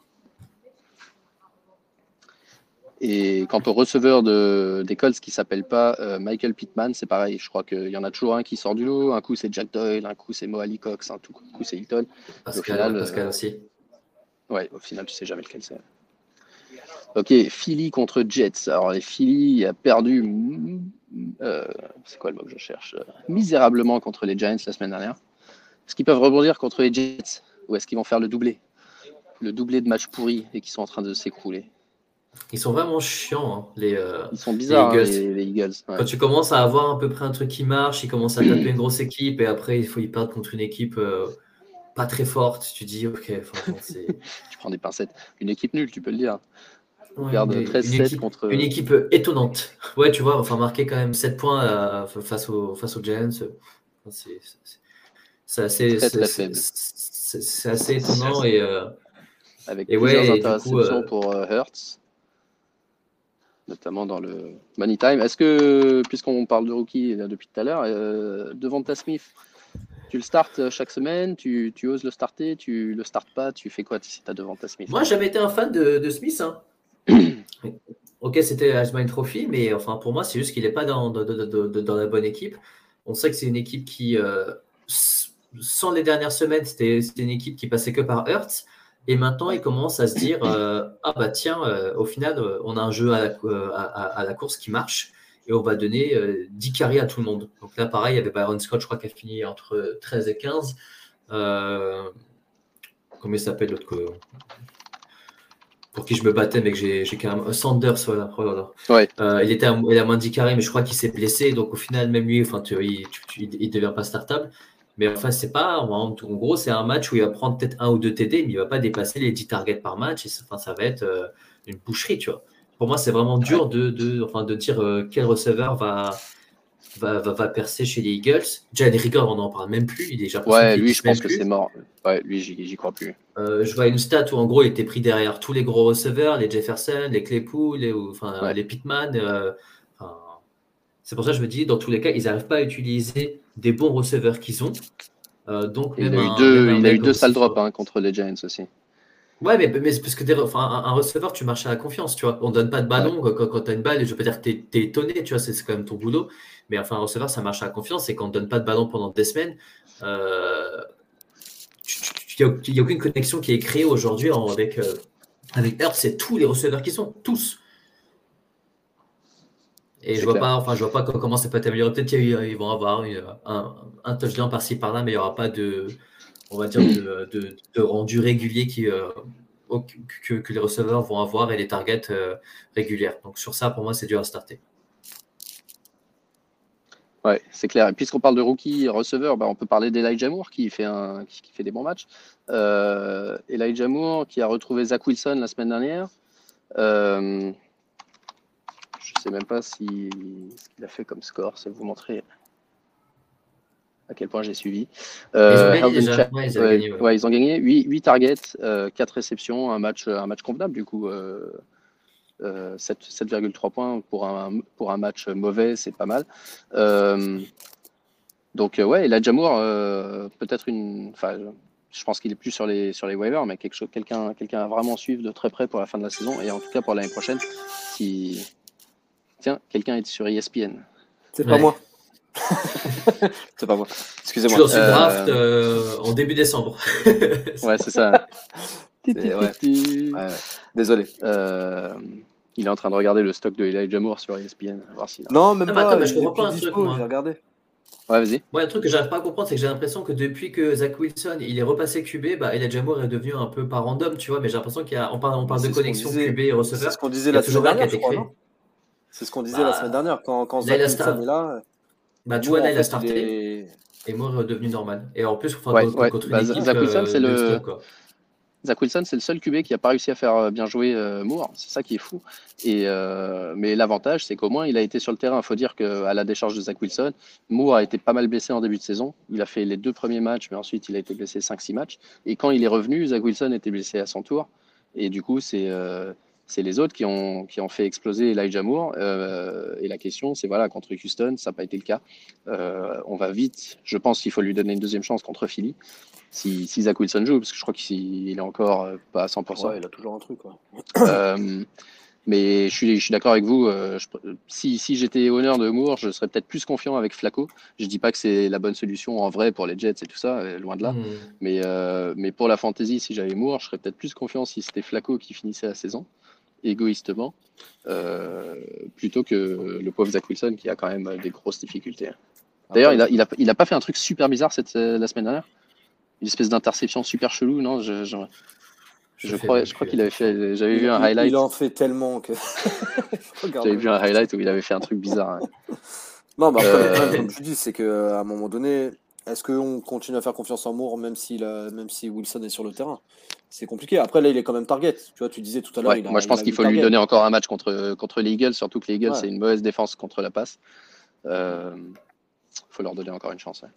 Et quant au receveur de, des Colts qui s'appelle pas euh, Michael Pittman, c'est pareil. Je crois qu'il y en a toujours un qui sort du lot. Un coup, c'est Jack Doyle, un coup, c'est Mo Ali Cox, un tout- coup, c'est Hilton. Et au Pascal, final, ouais, euh, Pascal aussi. ouais, au final, tu sais jamais lequel c'est. Ok, Philly contre Jets. Alors, les Philly a perdu. Euh, c'est quoi le mot que je cherche? Misérablement contre les Giants la semaine dernière. Est-ce qu'ils peuvent rebondir contre les Jets? Ou est-ce qu'ils vont faire le doublé? Le doublé de matchs pourris et qui sont en train de s'écrouler. Ils sont vraiment chiants, hein, les, euh, Ils sont les bizarres, hein, Eagles. les, les Eagles. Quand Ouais. tu commences à avoir à peu près un truc qui marche, ils commencent à taper une grosse équipe et après il faut y perdre contre une équipe euh, pas très forte. Tu dis ok, enfin, bon, c'est Tu prends des pincettes. Une équipe nulle, tu peux le dire. Ouais, perdre une, treize une sept équipe, contre. une équipe étonnante. Ouais, tu vois, enfin marquer quand même sept points euh, face, aux, face aux Giants, enfin, c'est c'est- c'est assez, Très c'est- très c'est- faible. c'est- c'est assez étonnant. Et, euh, Avec et plusieurs ouais, et du coup, interceptions euh, pour euh, Hurts, notamment dans le money time. Est-ce que, puisqu'on parle de rookie là, depuis tout à l'heure, euh, Devonta Smith, tu le startes chaque semaine, tu, tu oses le starter, tu le startes pas, tu fais quoi si tu as Devonta Smith? moi, j'avais été un fan de, de Smith. Hein. Ok, c'était Heisman Trophy, mais enfin pour moi, c'est juste qu'il n'est pas dans, dans, dans- dans- dans la bonne équipe. On sait que c'est une équipe qui, euh, s- sans les dernières semaines, c'était c'était une équipe qui passait que par Hurts. Et maintenant, il Ouais. commence à se dire euh, ah bah tiens, euh, au final, euh, on a un jeu à la, euh, à, à- à la course qui marche et on va donner euh, dix carries à tout le monde. Donc là, pareil, il y avait Byron Scott, je crois, qui a fini entre treize et quinze. Euh, comment il s'appelle l'autre co- pour qui je me battais, mais que j'ai j'ai carrément. Sanders, voilà. Oh là là. Ouais, Euh, il était à, il a moins de dix carrés, mais je crois qu'il s'est blessé. Donc au final, même lui, enfin, tu, il, tu- tu- il devient pas startable. Mais enfin, c'est pas. En, en gros, c'est un match où il va prendre peut-être un ou deux T D, mais il va pas dépasser les dix targets par match. Et ça, enfin, ça va être euh, une boucherie, tu vois. Pour moi, c'est vraiment ouais. dur de, de, enfin, de dire euh, quel receveur va, va, va, va percer chez les Eagles. Jalen Rigor, on n'en parle même plus. Il est- J'ai l'impression Ouais, qu'il lui, je n'existe même pense que c'est plus. mort. Ouais, lui, j'y j'y crois plus. Euh, je vois une stat où en gros il était pris derrière tous les gros receveurs, les Jefferson, les Claypool, les, ou- enfin, Ouais. les Pittman. euh, enfin, c'est pour ça que je me dis, dans tous les cas, ils n'arrivent pas à utiliser des bons receveurs qu'ils ont. Euh, donc Et il même a eu un, même deux, un il a eu mec deux sales aussi drops fort. hein, contre les Giants aussi. Ouais, mais, mais c'est parce que des, enfin, un, un receveur, tu marches à la confiance, tu vois. On donne pas de Ouais. ballon quand, quand, tu as une balle, et je veux pas dire que tu es, étonné, tu vois, c'est c'est quand même ton boulot. Mais enfin, un receveur, ça marche à la confiance, et quand on donne pas de ballon pendant des semaines, euh, il n'y a, a aucune connexion qui est créée aujourd'hui en- avec, euh, avec Hurts, c'est tous les receveurs qui sont, tous. Et je C'est vois clair. pas, enfin, je vois pas co- comment ça peut être amélioré. Peut-être qu'ils vont avoir une- un, un touchdown par-ci par-là, mais il n'y aura pas de, on va dire, de, de, de rendu régulier qui, euh, au- que, que les receveurs vont avoir et les targets euh, régulières. Donc sur ça, pour moi, c'est dur à starter. Ouais, c'est clair. Et puisqu'on parle de rookie receveur, bah, on peut parler d'Elijah Moore qui fait, un, qui, qui fait des bons matchs. Euh, Elijah Moore qui a retrouvé Zach Wilson la semaine dernière. Euh, je sais même pas si, ce qu'il a fait comme score, ça va vous montrer à quel point j'ai suivi. Et ils ont Euh, gagné Heldon déjà. Chat, Ouais, ils avaient ouais, gagné. Ouais. ouais, ils ont gagné huit targets, euh, quatre réceptions, un match, un match convenable du coup. Euh, euh, sept virgule trois points pour un, pour un match mauvais, c'est pas mal. Euh, donc euh, ouais, Elijah Moore, euh, peut-être une, enfin, je pense qu'il est plus sur les sur les waivers, mais quelque chose, quelqu'un, quelqu'un à vraiment suivre de très près pour la fin de la saison et en tout cas pour l'année prochaine. Si tiens, quelqu'un est sur E S P N. C'est pas Ouais. moi. C'est pas moi. Je Excusez-moi. suis dans une Euh, draft euh, en début décembre. Ouais, c'est ça. C'est- ouais. Ouais, ouais. Désolé. Euh, il est en train de regarder le stock de Elijah Moore sur E S P N, voir s'il a- Non, même Non, mais attends, pas. mais je Il est comprends plus pas un truc, dispo. moi. J'ai regardé. Ouais, vas-y. Ouais, un truc que j'arrive pas à comprendre, c'est que j'ai l'impression que depuis que Zach Wilson il est repassé Q B, bah, Elijah Moore est devenu un peu par random, tu vois, mais j'ai l'impression qu'il y a, on parle, on Mais parle de c'est ce qu'on connexion disait. Q B et C'est receveur, ce qu'on disait il y a la semaine toujours rien qui a dernière, je été crois, créé. non? C'est ce qu'on disait la semaine Bah, dernière. Quand, quand là, Zach il a Wilson start... est là, bah, tu Moore, vois, là, en il a fait, il starté est. et Moore est redevenu normal. Et en plus, enfin, Ouais, contre, ouais. contre une Bah, équipe Zach Wilson, euh, c'est même le step, quoi. Zach Wilson, c'est le seul Q B qui a pas réussi à faire euh, bien jouer euh, Moore. C'est ça qui est fou. Et euh, mais l'avantage, c'est qu'au moins, il a été sur le terrain. Il faut dire qu'à la décharge de Zach Wilson, Moore a été pas mal blessé en début de saison. Il a fait les deux premiers matchs, mais ensuite, il a été blessé cinq six matchs. Et quand il est revenu, Zach Wilson était blessé à son tour. Et du coup, c'est euh, c'est les autres qui ont, qui ont fait exploser Elijah Moore. Euh, et la question, c'est voilà, contre Houston, ça n'a pas été le cas. Euh, on va vite. Je pense qu'il faut lui donner une deuxième chance contre Philly. Si, si Zach Wilson joue, parce que je crois qu'il est encore euh, pas à cent pour cent. Ouais, il a toujours un truc. Ouais. Euh, mais je suis, je suis d'accord avec vous. euh, je- si si j'étais honneur de Moore, je serais peut-être plus confiant avec Flacco. Je dis pas que c'est la bonne solution en vrai pour les Jets et tout ça, euh, loin de là. Hmm. Mais, euh, mais pour la fantasy, si j'avais Moore, je serais peut-être plus confiant si c'était Flacco qui finissait la saison, égoïstement, euh, plutôt que le pauvre Zach Wilson qui a quand même des grosses difficultés. D'ailleurs, il a, il, a, il a pas fait un truc super bizarre cette, euh, la semaine dernière? Une espèce d'interception super chelou, non? Je, je, Je je fais crois, même je crois plus qu'il avait attention. fait. J'avais Il, vu un il- highlight. il en fait tellement que. Regarde. J'avais vu un highlight où il avait fait un truc bizarre. hein. Non, mais après, le Euh, problème, comme tu dis, c'est qu'à un moment donné, est-ce qu'on continue à faire confiance en Moore même si, la, même si Wilson est sur le terrain? C'est compliqué. Après, là, il est quand même target. Tu vois, tu disais tout à l'heure, Ouais, il a moi je pense il a qu'il huit faut lui targets. donner encore un match contre, contre les Eagles, surtout que les Eagles, Ouais. c'est une mauvaise défense contre la passe. Il euh, faut leur donner encore une chance. Ouais.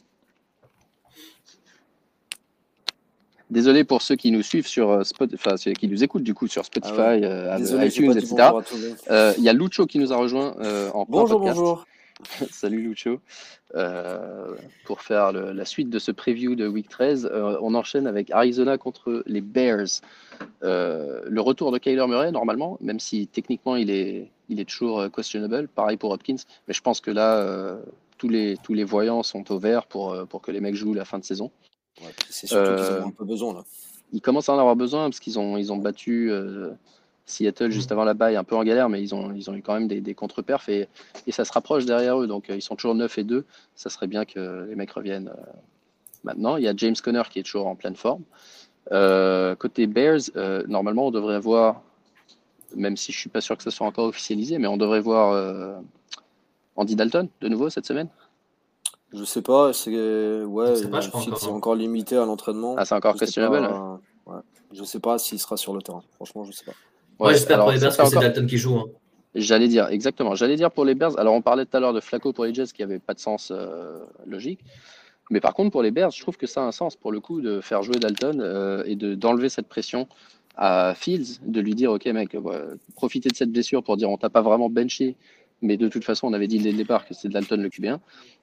Désolé pour ceux qui nous suivent sur Spotify, enfin ceux qui nous écoutent du coup sur Spotify, Ah ouais. euh, Désolé, j'ai iTunes, pas dit et cetera. bonjour à tout le monde. Euh, Il y a Lucho qui nous a rejoint euh, en plein Bonjour, podcast. bonjour. Salut Lucho. Euh, pour faire le- la suite de ce preview de Week treize, euh, on enchaîne avec Arizona contre les Bears. Euh, le retour de Kyler Murray, normalement, même si techniquement il est, il est toujours euh, questionable, pareil pour Hopkins, mais je pense que là, euh, tous, les, tous les voyants sont au vert pour, euh, pour que les mecs jouent la fin de saison. Ouais, puis c'est surtout qu'ils en Euh, ont un peu besoin là. Ils commencent à en avoir besoin parce qu'ils ont, ils ont battu euh, Seattle juste avant la bye, un peu en galère, mais ils ont, ils ont eu quand même des, des contre-perfs et, et ça se rapproche derrière eux. Donc euh, ils sont toujours neuf et deux. Ça serait bien que les mecs reviennent euh, maintenant. Il y a James Conner qui est toujours en pleine forme. Euh, côté Bears, euh, normalement on devrait avoir, même si je suis pas sûr que ça soit encore officialisé, mais on devrait voir euh, Andy Dalton de nouveau cette semaine. Je sais pas, c'est ouais, Je sais pas, je le crois fit encore, c'est hein. encore limité à l'entraînement. Ah, c'est encore Je sais questionable. pas, ouais. Je sais pas s'il sera sur le terrain. Franchement, je sais pas. Ouais, Ouais, j'espère alors pour les ça Bears fait que c'est encore. Dalton qui joue. Hein. J'allais dire, exactement. J'allais dire pour les Bears. Alors, on parlait tout à l'heure de Flacco pour les Jets qui avait pas de sens euh, logique. Mais par contre, pour les Bears, je trouve que ça a un sens pour le coup de faire jouer Dalton euh, et de, d'enlever cette pression à Fields, de lui dire, OK, mec, ouais, profitez de cette blessure pour dire, on t'a pas vraiment benché, mais de toute façon, on avait dit dès le départ que c'est Dalton le Q B un.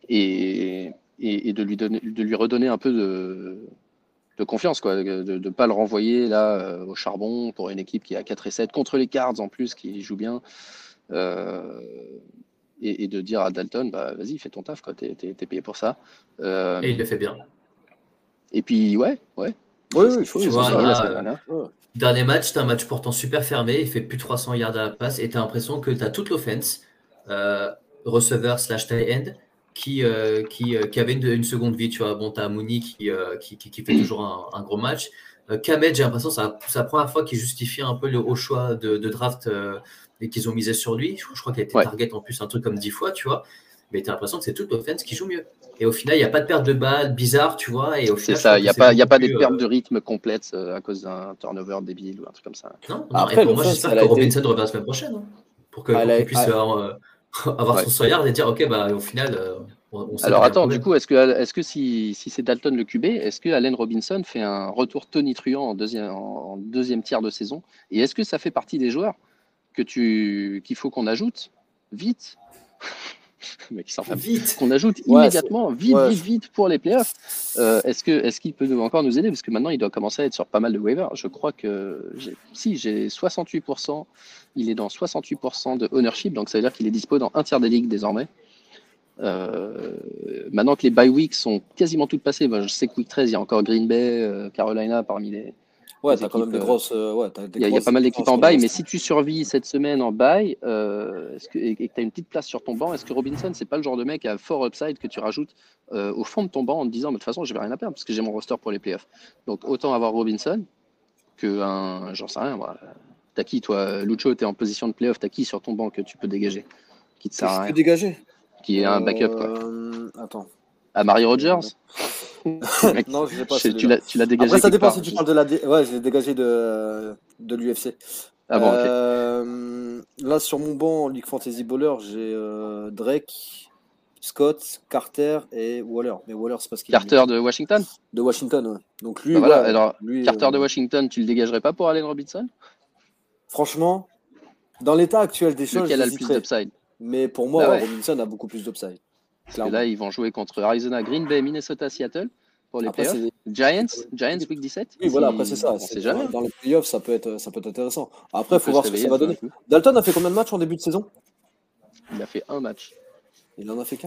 Et, et, et de, lui donner, de lui redonner un peu de, de confiance, quoi, de ne pas le renvoyer là euh, au charbon pour une équipe qui est à quatre et sept, contre les Cards en plus, qui joue bien. Euh, et, et de dire à Dalton, bah, vas-y, fais ton taf, quoi, t'es, t'es, t'es payé pour ça. Euh, Et il le fait bien. et puis, ouais, ouais. Il Oui, fait ce oui, qu'il faut, Tu ils ont vois, gagné la là, semaine euh, dernière. Ouais. dernier match, t'as un match pourtant super fermé, il fait plus de trois cents yards à la passe et t'as l'impression que t'as toute l'offense, euh, receveur slash tight end, qui, euh, qui, euh, qui avait une, une seconde vie. Tu vois, bon, t'as Mooney qui, euh, qui, qui, qui fait toujours un, un gros match. Euh, Kmet, j'ai l'impression que c'est, c'est la première fois qu'il justifie un peu le haut choix de, de draft euh, et qu'ils ont misé sur lui. Je, je crois qu'il a été Ouais. target en plus un truc comme dix fois, tu vois. Mais t'as l'impression que c'est toute l'offense qui joue mieux. Et au final, il n'y a pas de perte de balle bizarre, tu vois. Et au C'est final, je ça, trouve il que n'y a c'est pas, y a beaucoup pas des plus, pertes euh, de rythme complètes euh, à cause d'un turnover débile ou un truc comme ça. Non, non. Après, Et pour moi, l'offense, j'espère elle que a été. Robinson revient la semaine prochaine. Hein, pour que- Elle pour qu'il a- puisse elle- euh, avoir Ouais. son cent yards et dire, OK, bah, au final, euh, on, on sait Alors qu'il y a un attends, du problème. coup, est-ce que, est-ce que si, si c'est Dalton le Q B, est-ce que Allen Robinson fait un retour tonitruant en deuxième, en deuxième tiers de saison? Et est-ce que ça fait partie des joueurs que tu, qu'il faut qu'on ajoute vite? Le mec, il s'enflamme. Vite. Qu'on ajoute Ouais, immédiatement, vite, ouais, vite, vite pour les playoffs. Euh, est-ce que, est-ce qu'il peut nous- encore nous aider? Parce que maintenant, il doit commencer à être sur pas mal de waivers. Je crois que j'ai, si j'ai soixante-huit pour cent, il est dans soixante-huit pour cent de ownership, donc ça veut dire qu'il est dispo dans un tiers des ligues désormais. Euh, maintenant que les bye weeks sont quasiment toutes passées, ben, je sais que week treize, il y a encore Green Bay, euh, Carolina parmi les, ouais, les t'as quand même équipes. des euh, grosses. euh, ouais, t'as des il y, a, il y a grosses pas mal équipes d'équipes en en ce bail, moment. mais si tu survis cette semaine en bail euh, est-ce que, et, et que tu as une petite place sur ton banc, est-ce que Robinson, c'est pas le genre de mec à fort upside que tu rajoutes euh, au fond de ton banc en te disant, de toute façon, je vais rien à perdre parce que j'ai mon roster pour les playoffs. Donc autant avoir Robinson que un, j'en sais rien, moi. T'as qui, toi, Lucho, t'es en position de playoff, t'as qui sur ton banc que tu peux dégager, qui te Que sert à je peux rien, dégager. qui est un backup, quoi. Euh, Attends. À Mario Rogers Mec, Non, je l'ai pas je- tu celui-là. l'as, tu l'as dégagé Après, ça quelque dépend part. si tu je- parles de la. dé- Ouais, je l'ai dégagé de, de l'U F C. Ah bon, ok. Euh, Là, sur mon banc, League Fantasy Baller, j'ai euh, Drake, Scott, Carter et Waller. Mais Waller, c'est parce qu'il est Carter de Washington. de Washington. Ouais. Donc lui, Bah voilà, ouais, alors lui, Carter de euh, Washington, tu le dégagerais pas pour Allen Robinson? franchement, dans l'état actuel des choses, Lequel a le plus j'hésiterais. d'upside? Mais pour moi, Bah ouais, ouais, Robinson a beaucoup plus d'upside. parce que Clairement. là, ils vont jouer contre Arizona, Green Bay, Minnesota, Seattle pour les Après, c'est playoffs. des- Giants, Giants Week dix-sept. Oui, voilà, après, Si- c'est ça. On c'est sait Dans, jamais. dans les playoffs, ça peut être, ça peut être intéressant. Après, Il il faut peut voir se ce que ça réveiller va tout d'un donner. coup. Dalton a fait combien de matchs en début de saison? Il a fait un match. Il en a fait qu'un.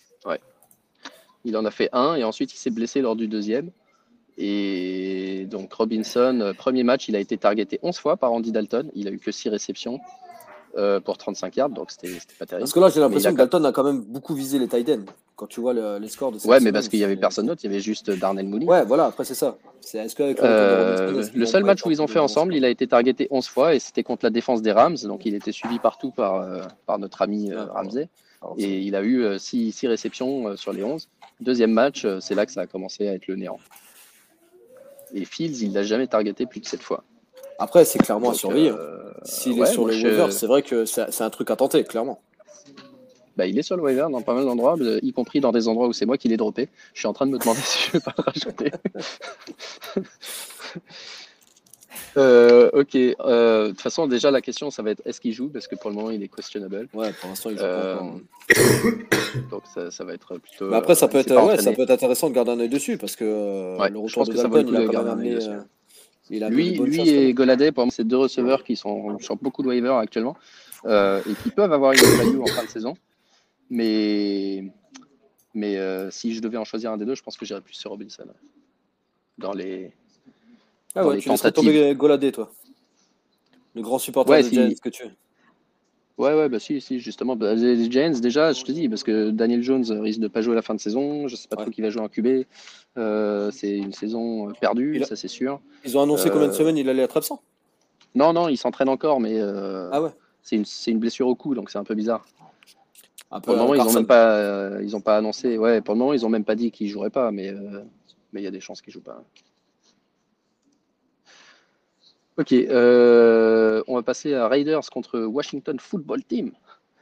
Il en a fait un et ensuite il s'est blessé lors du deuxième. Et donc Robinson, euh, premier match, il a été targeté onze fois par Andy Dalton. Il a eu que six réceptions euh, pour trente-cinq yards, donc c'était c'était pas terrible. Parce que là, j'ai Mais il l'impression a que quand- Dalton a quand même beaucoup visé les tight ends. Quand tu vois le- les scores de cette Ouais, mais semaine, parce qu'il y avait c'est- personne d'autre, il y avait juste Darnell Mooney. Ouais, voilà, après, c'est ça. C'est, est-ce qu'avec le retour de Robinson, Euh, est-ce qu'ils le vont seul pas match être où ils ont en fait train de ensemble, bons il a été targeté onze fois et c'était contre la défense des Rams, donc il était suivi partout par, euh, par notre ami euh, scores? Ramsey. Alors, Et il a eu six réceptions euh, sur les onze. Deuxième match, euh, c'est là que ça a commencé à être le néant. Et Fields, il l'a jamais targeté plus de sept fois. Après, c'est clairement à Donc, surveiller. euh, S'il ouais, est sur moi, les je- waivers, c'est vrai que c'est c'est un truc à tenter, clairement. Bah, il est sur le waiver dans pas mal d'endroits, euh, y compris dans des endroits où c'est moi qui l'ai droppé. Je suis en train de me demander si je vais pas le rajouter. Euh, ok. Euh, De toute façon, déjà, la question, ça va être est-ce qu'il joue? Parce que pour le moment, il est questionable. Ouais, pour l'instant, il joue pas Euh, encore. hein. donc, ça, ça va être plutôt. Mais après, ça euh, peut il être, s'est pas ouais, ça entraîné. peut être intéressant de garder un œil dessus parce que euh, Ouais, le je retour pense de que ça vaut le Dalton, coup il a de quand même garder un œil amené, dessus. euh, il a amené Lui, des bonnes lui choses. quand et même. Golladay, pour moi, c'est deux receveurs qui sont sur beaucoup de waivers actuellement euh, et qui peuvent avoir une value en fin de saison. Mais, mais euh, si je devais en choisir un des deux, je pense que j'irais plus sur Robinson. Dans les, Ah dans ouais, les tu laisserais tentatives. tomber Golladay, toi. Le grand supporter Ouais, des Giants si, que tu es. ouais, ouais, bah si, si, justement. Bah, les les Giants, déjà, je te dis, parce que Daniel Jones risque de pas jouer la fin de saison. Je sais pas Ouais. trop qui va jouer en Q B. Euh, c'est une saison perdue, Il a- ça c'est sûr. Ils ont annoncé combien de Euh, semaines il allait être absent? non, non, il s'entraîne encore, mais euh, Ah ouais, c'est une, c'est une blessure au cou, donc c'est un peu bizarre. un Pour peu le à la moment, ils ont même Carson. pas, euh, ils ont pas annoncé. Ouais, pour le moment, ils ont même pas dit qu'il jouerait pas, mais euh, mais il y a des chances qu'il joue pas. Ok, euh, on va passer à Raiders contre Washington Football Team.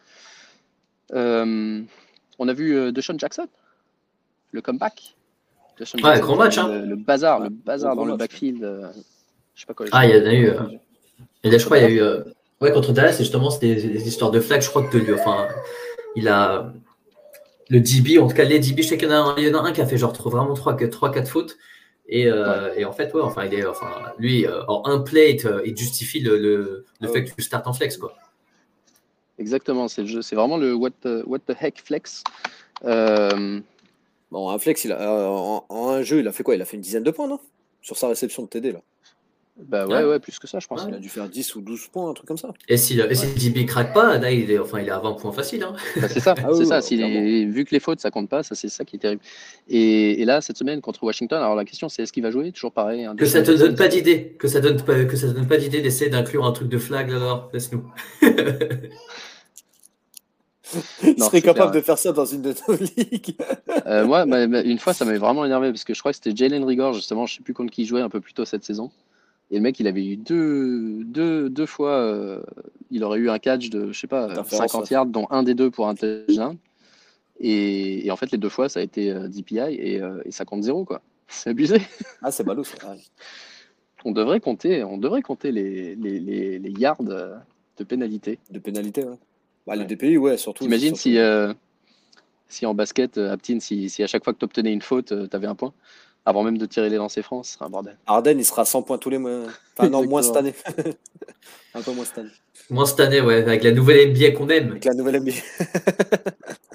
Euh, on a vu euh, DeSean Jackson, le comeback. DeSean Ouais, Jackson gros qui a match, mis hein. le, le bazar, Ouais, le gros bazar gros dans le match. backfield. euh, je sais pas quoi, Ah, il y en a eu. contre euh, qui- Et là, je contre crois, il y a Dallas. eu. euh, Ouais, contre Dallas, et justement, c'était des, des histoires de flag. Je crois que de lui. Enfin, il a. Le D B, en tout cas, les D B, je sais qu'il y en a un, il y en a un qui a fait genre trop- vraiment trois quatre fautes. Et, Ouais, euh, et en fait, ouais, enfin, il est, enfin, lui, euh, en un plate, euh, il justifie le, le, le Ah fait ouais. que tu startes en flex, quoi. exactement. C'est le jeu, c'est vraiment le what the, what the heck flex. Euh, Bon, un flex, il a, euh, en, en un jeu, il a fait quoi? Il a fait une dizaine de points, non? Sur sa réception de T D, là. bah ouais, Ouais, ouais, plus que ça, je pense. ouais. Il a dû faire dix ou douze points, un truc comme ça. Et si, le- et si Ouais. le D B craque pas, là, il est, enfin, il est à vingt points facile. Hein. Bah, c'est ça, Ah c'est oui, ça. ouais, S'il clairement. est- vu que les fautes, ça compte pas, ça c'est ça qui est terrible. Et, et là, cette semaine contre Washington, alors la question c'est est-ce qu'il va jouer? Toujours pareil. Hein, Que ça DeSean te Jackson, donne pas c'est- d'idée, que ça donne pas, que ça te donne pas d'idée d'essayer d'inclure un truc de flag, alors, laisse-nous. Il Non, serait c'est clair. capable Ouais. de faire ça dans une de nos ligues. Euh, moi, ma- ma- une fois, ça m'avait vraiment énervé parce que je crois que c'était Jalen Rigor, justement, je sais plus contre qui il jouait un peu plus tôt cette saison. Et le mec, il avait eu deux, deux, deux fois, euh, il aurait eu un catch de, je sais pas, euh, Interférence, ouais. cinquante yards, dont un des deux pour un touchdown. Et, et en fait, les deux fois, ça a été euh, D P I et, euh, et ça compte zéro, quoi. C'est abusé. Ah, c'est ballot, ça. Ouais. On devrait compter, on devrait compter les, les, les, les yards euh, de pénalité. De pénalité, ouais. Bah, les Ouais. D P I, ouais, surtout. T'imagines surtout. si, euh, si en basket, euh, Aptin, si, si à chaque fois que tu obtenais une faute, tu avais un point, avant même de tirer les lancers francs, ce serait un bordel. Arden, il sera à cent points tous les mois. Enfin, non, moins cette Exactement. année. Un peu moins cette année. Moins cette année, ouais, avec la nouvelle N B A qu'on aime. Avec la nouvelle N B A.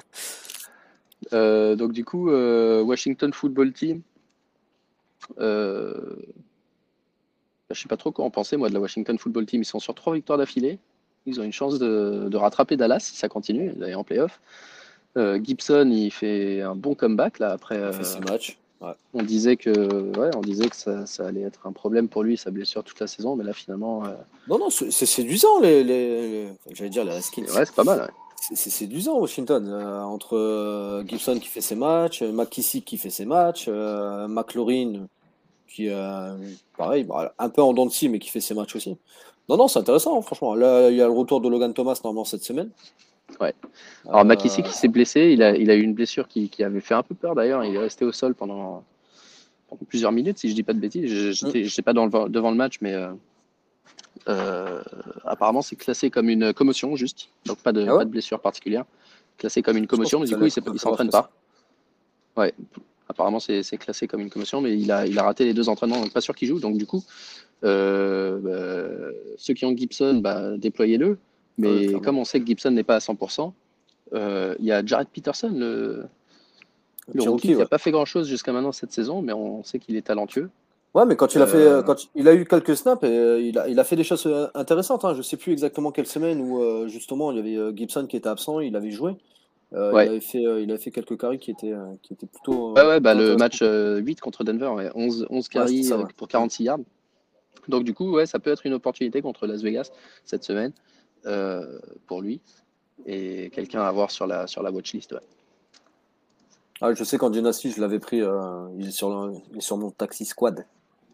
Euh, donc du coup, euh, Washington Football Team, euh, bah, je sais pas trop quoi en penser, moi, de la Washington Football Team. Ils sont sur trois victoires d'affilée. Ils ont une chance de, de rattraper Dallas si ça continue, d'aller en playoff. Euh, Gibson, il fait un bon comeback là après. Il fait euh, six matchs. Ouais. On disait que, ouais, on disait que ça, ça allait être un problème pour lui, sa blessure toute la saison, mais là finalement, euh, Non, non, c'est c'est séduisant, les, les, les- j'allais dire les Redskins. ouais, c'est pas mal. Ouais. C'est c'est séduisant, Washington. Euh, entre euh, Gibson qui fait ses matchs, euh, McKissick qui fait ses matchs, euh, McLaurin qui, euh, pareil, bah, un peu en dents de scie, mais qui fait ses matchs aussi. Non, non, c'est intéressant, hein, franchement. Là, il y a le retour de Logan Thomas, normalement, cette semaine. Ouais. Alors Euh, McKissick qui s'est blessé, il a, il a eu une blessure qui, qui avait fait un peu peur d'ailleurs. Il est resté au sol pendant, pendant plusieurs minutes, si je dis pas de bêtises. Je- J'étais, j'étais pas dans le, devant le match, mais euh, euh, apparemment c'est classé comme une commotion juste, donc pas de, Ah ouais? pas de blessure particulière. Classé comme une Je pense commotion, que mais ça du allait coup il être s'est- un peu il plus grave s'entraîne que ça. pas. Ouais. Apparemment c'est c'est classé comme une commotion, mais il a, il a raté les deux entraînements, donc pas sûr qu'il joue. Donc du coup, euh, bah, ceux qui ont Gibson, bah, déployez-le. Ah ouais, Mais clairement. comme on sait que Gibson n'est pas à cent pour cent, euh, il y a Jared Peterson, le, Le le petit rookie, rookie, qui n'a ouais. pas fait grand-chose jusqu'à maintenant cette saison, mais on sait qu'il est talentueux. Ouais, mais quand il a fait, euh, Euh, quand il a eu quelques snaps, et, euh, il a, il a fait des choses euh, intéressantes. Hein. Je sais plus exactement quelle semaine où euh, justement il y avait euh, Gibson qui était absent, il avait joué. Euh, il ouais. avait fait, euh, il avait fait quelques carries qui étaient, euh, qui étaient plutôt, Ouais, euh, ouais, bah, plutôt le intéressants. match euh, huit contre Denver, ouais. onze, onze Ouais, c'était carries ça, euh, ouais. pour Mm. quarante-six yards. Donc du coup, ouais, ça peut être une opportunité contre Las Vegas cette semaine euh, pour lui et quelqu'un à voir sur la, sur la watchlist. Ouais. Ah, je sais qu'en Dynasty, je l'avais pris. euh, il, est sur le- il est sur mon taxi squad.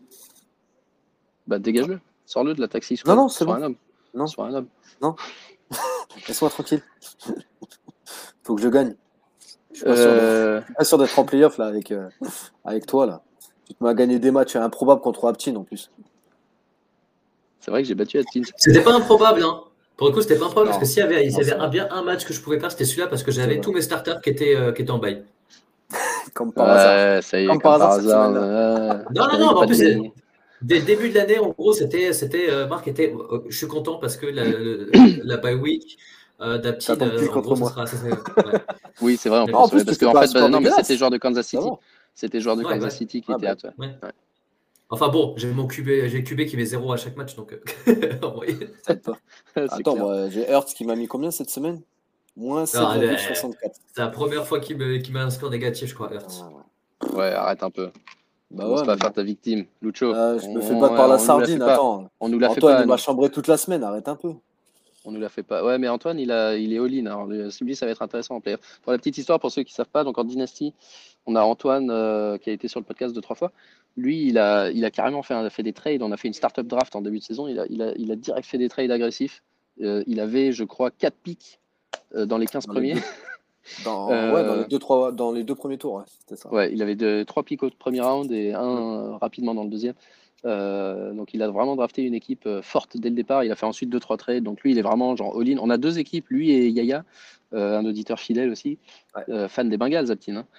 Bah, dégage-le. Sors-le de la taxi Non, squad. non, c'est Sois bon. un homme. Non, Sois un homme. non. Laisse-moi tranquille. Faut que je gagne. Je suis pas sûr de- Euh, je suis pas sûr d'être en playoff là avec, euh, avec toi là. Tu m'as gagné des matchs improbables contre Aptin en plus. C'est vrai que j'ai battu Atkins. C'était pas improbable, hein. Pour le coup, c'était pas improbable Non. parce que s'il y avait, s'il y Non, avait c'est un, vrai. bien un match que je pouvais faire, c'était celui-là parce que C'est j'avais vrai. tous mes starters qui étaient, euh, qui étaient en bail. Comme par hasard. Ouais, ça y est, Comme comme par par hasard cette hasard. semaine-là. euh, Non, je non, t'avais non, dit mais en pas de plus, c'est- gagner. dès le début de l'année, en gros, c'était, c'était, euh, Marc était, euh, je suis content parce que la, le- la bye week euh, Ça d'Aptine, tombe euh, pile en contre gros, ça moi. sera, ça serait- ouais. Oui, c'est vrai en La- Non, en plus. plus, Ouais, tu parce fais qu'en pas, fait, c'est bah, pas non, mais c'était dégueulasse. joueur de Kansas Ça City. va. C'était joueur de Ouais, Kansas ouais, City qui Ah était bah, out. Ouais. ouais. Ouais. Enfin bon, j'ai mon Q B, j'ai Q B qui met zéro à chaque match, donc euh, en moyenne. ça aide pas. C'est Attends, clair. moi, j'ai Hertz qui m'a mis combien cette semaine? Moins Non, euh, sept virgule soixante-quatre. c'est la première fois qu'il me, qu'il m'a un score négatif, je crois, Hertz. Ah, Ouais, arrête un peu. bah Commence ouais, pas mais à faire bon. ta victime. Lucho, Euh, je me fais on, battre par la on nous la fait sardine. pas. Attends. On nous la fait Antoine, pas à il m'a nous. chambré toute la semaine. Arrête un peu. On nous la fait pas. Ouais, mais Antoine, il, a, il est all-in. Alors, lui, celui, ça va être intéressant en playoff. Pour la petite histoire, pour ceux qui ne savent pas, donc en Dynasty, on a Antoine euh, qui a été sur le podcast deux, trois fois. Lui, il a, il a carrément fait, un- fait des trades. On a fait une startup draft en début de saison. Il a, il a, il a direct fait des trades agressifs. Euh, il avait, je crois, quatre pics euh, dans les quinze Dans les premiers. deux, dans, ouais, dans les Euh, deux, trois, dans les deux premiers tours, ouais, c'était ça. ouais, il avait deux, trois pics au premier round et un euh, rapidement dans le deuxième. Euh, donc il a vraiment drafté une équipe euh, forte dès le départ. Il a fait ensuite deux trois trades. Donc lui, il est vraiment genre all-in. On a deux équipes, lui et Yaya, euh, un auditeur fidèle aussi, Ouais. euh, fan des Bengals, Aptin, hein.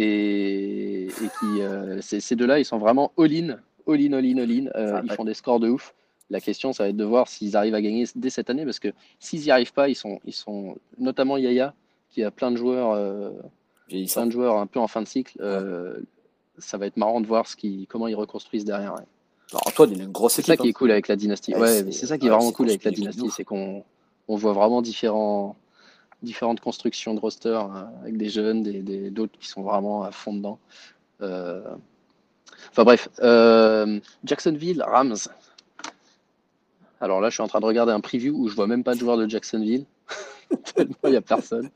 et, et qui, euh, ces, ces deux-là, ils sont vraiment all-in, all-in, all-in, all-in. Euh, Ça ils attaque. font des scores de ouf. La question, ça va être de voir s'ils arrivent à gagner dès cette année, parce que s'ils n'y arrivent pas, ils sont, ils sont, notamment Yaya, qui a plein de joueurs, euh, Vieillissant. plein de joueurs un peu en fin de cycle. Ouais. Euh, ça va être marrant de voir ce qui, comment ils reconstruisent derrière. Ouais. Alors, Antoine, il a une grosse C'est ça équipe. qui hein. est cool avec la dynastie. Ouais, Ouais, c'est mais c'est ça qui est ouais, vraiment c'est cool avec la construit une équipe de dynastie, ouf. c'est qu'on on voit vraiment différents, différentes constructions de roster hein, avec des jeunes, des, des- d'autres qui sont vraiment à fond dedans. Euh, Enfin bref, euh, Jacksonville, Rams. Alors là, je suis en train de regarder un preview où je vois même pas de joueurs de Jacksonville. Tellement il n'y a personne.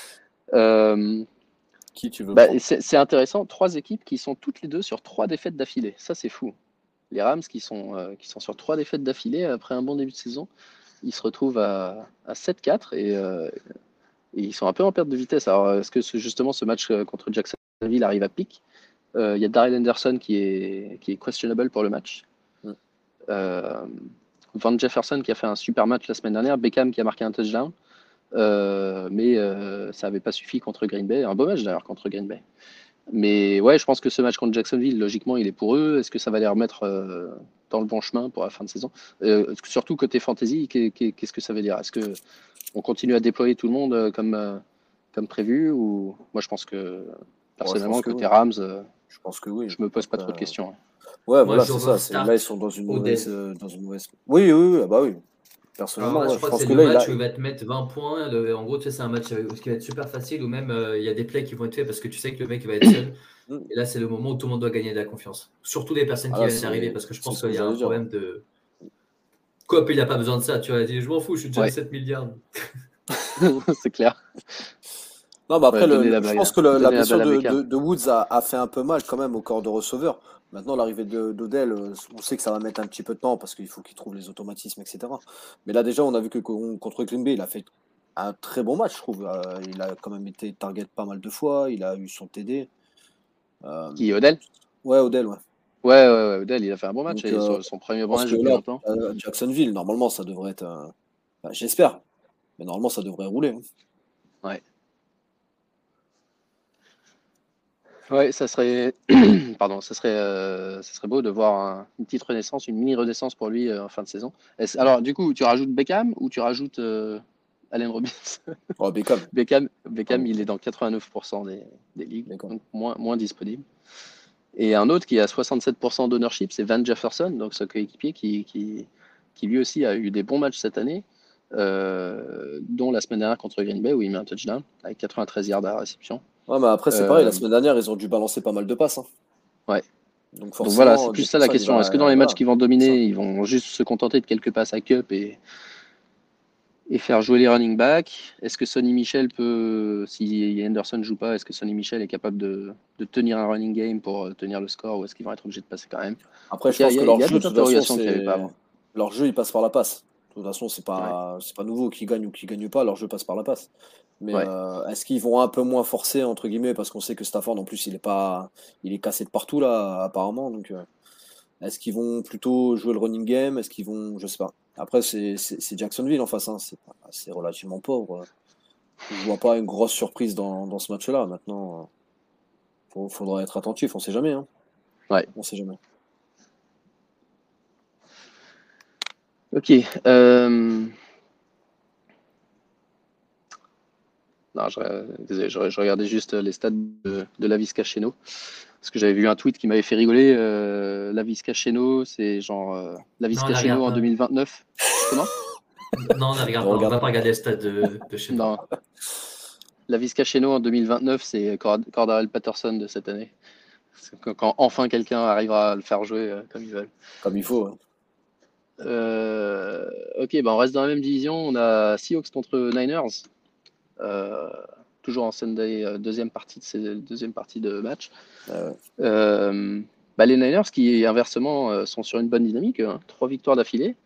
Euh, Qui tu veux bah, prendre? c'est c'est intéressant, trois équipes qui sont toutes les deux sur trois défaites d'affilée. Ça, c'est fou. Les Rams qui sont, euh, qui sont sur trois défaites d'affilée après un bon début de saison, ils se retrouvent à, à sept quatre et, euh, et ils sont un peu en perte de vitesse. Alors, est-ce que ce- justement ce match euh, contre Jacksonville arrive à pic? Euh, Il y a Darrell Henderson qui est, qui est questionable pour le match. Mm. Euh, Van Jefferson qui a fait un super match la semaine dernière. Beckham qui a marqué un touchdown. Euh, mais euh, ça n'avait pas suffi contre Green Bay. Un beau match d'ailleurs contre Green Bay. Mais ouais, je pense que ce match contre Jacksonville, logiquement, il est pour eux. Est-ce que ça va les remettre euh, dans le bon chemin pour la fin de saison? Euh, surtout côté fantasy, qu'est- qu'est- qu'est-ce que ça veut dire? Est-ce que on continue à déployer tout le monde euh, comme, euh, comme prévu ou moi je pense que Ouais, je personnellement pense que côté oui. Rams, euh, Je pense que oui. je me pose pas trop de Après, questions. ouais, Moi, voilà, je c'est ça. C'est, restart là, ils sont dans une mauvaise, Odell. euh, dans une mauvaise. Oui, oui, oui, ah bah oui. Alors Personnellement, là, ouais, je je crois que pense c'est que le là, il match a. où il va te mettre vingt points. Le- en gros, tu sais, c'est un match euh, qui va être super facile où même euh, il y a des plays qui vont être faits parce que tu sais que le mec il va être seul. Mm. Et là, c'est le moment où tout le monde doit gagner de la confiance. Surtout les personnes Ah qui là, viennent d'arriver c'est, parce que je c'est pense ce que qu'il y a j'allais un dire. problème de. Cop, il n'a pas besoin de ça. Tu vois, il dit, je m'en fous, je suis déjà à Ouais. sept milliards. C'est clair. Non, mais après, Ouais, le, donner le- la je balle, pense que le- la donner la blessure balle à de, Beckham. de, de Woods a, a fait un peu mal quand même au corps de receveur. Maintenant, l'arrivée de, d'Odell, euh, on sait que ça va mettre un petit peu de temps parce qu'il faut qu'il trouve les automatismes, et cetera. Mais là, déjà, on a vu que con- contre Green Bay, il a fait un très bon match, je trouve. Euh, il a quand même été target pas mal de fois, il a eu son T D. Euh, Qui Odell? ouais, Odell, ouais. Ouais, ouais, ouais, Odell, il a fait un bon match. Donc, Et euh, son, son premier je bon pense match que depuis là, longtemps. à Jacksonville, normalement, ça devrait être. un- enfin, j'espère. Mais normalement, ça devrait rouler. hein. Ouais. Ouais, ça serait, pardon, ça serait, euh, ça serait beau de voir un- une petite renaissance, une mini renaissance pour lui euh, en fin de saison. Est-ce- alors, du coup, tu rajoutes Beckham ou tu rajoutes euh, Allen Robinson? Oh, Beckham. Beckham, Beckham, Oh, il est dans quatre-vingt-neuf pour cent des, des ligues, Beckham. donc moins, moins disponible. Et un autre qui a soixante-sept pour cent d'ownership, c'est Van Jefferson, donc ce coéquipier qui, qui, qui lui aussi a eu des bons matchs cette année, euh, dont la semaine dernière contre Green Bay où il met un touchdown avec quatre-vingt-treize yards à la réception. Ouais, mais après, c'est pareil. La Euh, semaine dernière, ils ont dû balancer pas mal de passes. hein. ouais. Donc Donc voilà, c'est forcément, plus donc ça la ça, il question. Est-ce que dans va. les matchs Voilà, qui vont c'est ça. dominer, ils vont juste se contenter de quelques passes à Cup et, et faire jouer les running backs. Est-ce que Sonny Michel peut, si Henderson ne joue pas, est-ce que Sonny Michel est capable de, de tenir un running game pour euh, tenir le score ou est-ce qu'ils vont être obligés de passer quand même? Après, Donc, je il y a, pense il y que a- il leur y a jeu, des de toute façon, interrogations qu'il n'y avait pas c'est avant. leur jeu, il passe par la passe. De toute façon, c'est Ouais. pas c'est pas nouveau qui gagne ou qui gagne pas, leur jeu passe par la passe. Mais Ouais. euh, est-ce qu'ils vont un peu moins forcer entre guillemets parce qu'on sait que Stafford en plus il est pas il est cassé de partout là apparemment donc euh, est-ce qu'ils vont plutôt jouer le running game? Est-ce qu'ils vont je sais pas. Après c'est c'est c'est Jacksonville en face hein, c'est pas- c'est relativement pauvre. Je vois pas une grosse surprise dans, dans ce match-là. Maintenant, euh, faut- faudra être attentif, on sait jamais hein. Ouais. On sait jamais. Ok. euh, Non, je, désolé, je, je regardais juste les stats de, de Laviska Cheno. Parce que j'avais vu un tweet qui m'avait fait rigoler. Euh, Laviska Cheno, c'est genre euh, Non, Laviska on ne Cheno regarde en pas. deux mille vingt-neuf. Comment? Non, on ne regarde On pas. On regarde va pas. pas regarder le stade de, de chez nous. Non. Laviska Cheno en deux mille vingt-neuf, c'est Cord- Cordarrelle Patterson de cette année. C'est Quand, quand enfin quelqu'un arrivera à le faire jouer euh, comme ils veulent. Comme il faut. hein. Euh, ok, bah on reste dans la même division. On a Seahawks contre Niners. Euh, toujours en Sunday, euh, deuxième partie de, ces- deuxième partie de match. Euh, Euh, bah, les Niners qui inversement euh, sont sur une bonne dynamique, hein. Trois victoires d'affilée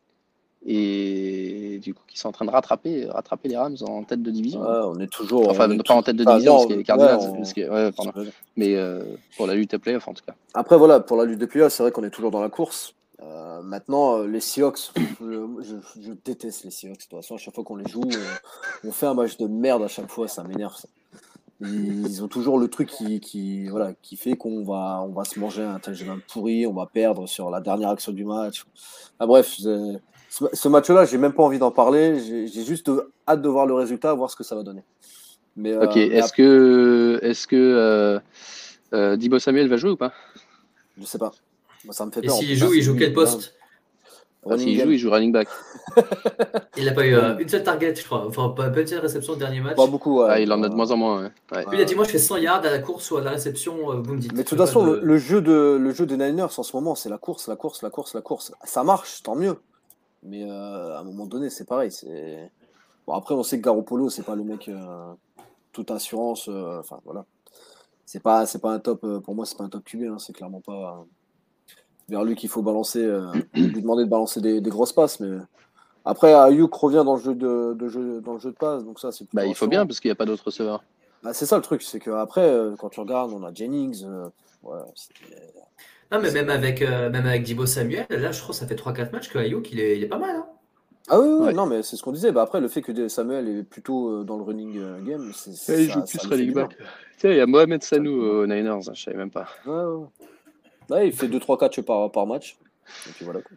et du coup qui sont en train de rattraper, rattraper les Rams en tête de division. ouais, on est toujours. Enfin, on est pas en tout- tête de enfin, division non, parce qu'il y a les ouais, Cardinals, on- parce que- ouais, pardon. mais euh, pour la lutte à playoff en tout cas. Après, voilà, pour la lutte des playoffs, c'est vrai qu'on est toujours dans la course. Euh, maintenant, euh, les Seahawks, pff, je, je- je déteste les Seahawks. De toute façon, à chaque fois qu'on les joue, on, on fait un match de merde à chaque fois, ça m'énerve. ça. Ils, ils ont toujours le truc qui, qui, voilà, qui fait qu'on va, on va se manger un touchdown pourri, on va perdre sur la dernière action du match. Ah, bref, c'est- ce, ce match-là, j'ai même pas envie d'en parler. J'ai j'ai juste hâte de voir le résultat, voir ce que ça va donner. Mais, Ok, euh, mais est-ce que, est-ce que euh, euh, Deebo Samuel va jouer ou pas? je sais pas. Moi, ça me fait Et peur. En s'il plus, joue, c'est il joue lui, quel voilà. poste? Ah, Running S'il game. joue, il joue running back. Il n'a pas eu euh, Running. une seule target, je crois. Enfin, pas, pas une seule réception au dernier match. Pas beaucoup, ouais. Ah, il en a Ouais. de moins en moins. Ouais. Ouais. Lui, il a dit moi, je fais cent yards à la course ou à la réception, euh, vous me dites. Mais de Je toute veux façon, pas le, de- le jeu de, le jeu des Niners en ce moment, c'est la course, la course, la course, la course. Ça marche, tant mieux. Mais euh, à un moment donné, c'est pareil. C'est... Bon, après, on sait que Garoppolo, c'est pas le mec euh, toute assurance. euh, Enfin, voilà. C'est pas, c'est pas un top. euh, pour moi, c'est pas un top Q B. Hein, c'est clairement pas euh, vers lui qu'il faut balancer, euh, lui demander de balancer des, des grosses passes. Mais après, Ayuk revient dans le jeu de, de jeu, dans le jeu de passe, donc ça, c'est plutôt Bah, il faut bien rassurant. parce qu'il n'y a pas d'autres receveurs. Bah, c'est ça le truc, c'est que après, euh, quand tu regardes, on a Jennings. euh, ouais, c'était- Non, mais c'est même pas- avec, euh, même avec Deebo Samuel, là, je crois que ça fait trois quatre matchs que Ayuk, il est, il est pas mal. Hein. Ah oui, oui, Ouais. non, mais c'est ce qu'on disait. Bah, après, le fait que Samuel est plutôt euh, dans le running euh, game, c'est, c'est- Ouais, il joue ça, plus ça lui fait running du bien. back. Tiens, il y a Mohamed Ça lui Sanou fait du bien. aux Niners, hein, je savais même pas. Ouais, ouais. Ouais, il fait deux trois catchs par, par match. Et puis voilà. quoi.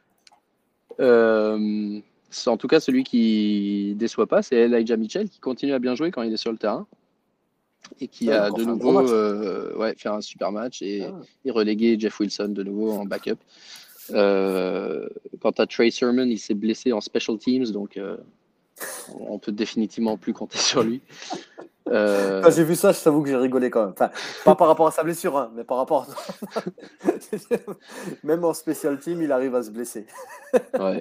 Euh, c'est en tout cas, celui qui déçoit pas, c'est Elijah Mitchell qui continue à bien jouer quand il est sur le terrain et qui Ouais, il a a encore de fait un gros nouveau match. euh, ouais, fait un super match et, Ah, et relégué Jeff Wilson de nouveau en backup. Euh, quant à Trey Sermon, il s'est blessé en special teams, donc euh, on peut définitivement plus compter sur lui. Euh, Quand j'ai vu ça, je t'avoue que j'ai rigolé quand même. Enfin, pas par rapport à sa blessure, hein, mais par rapport à... Même en special team, il arrive à se blesser. ouais.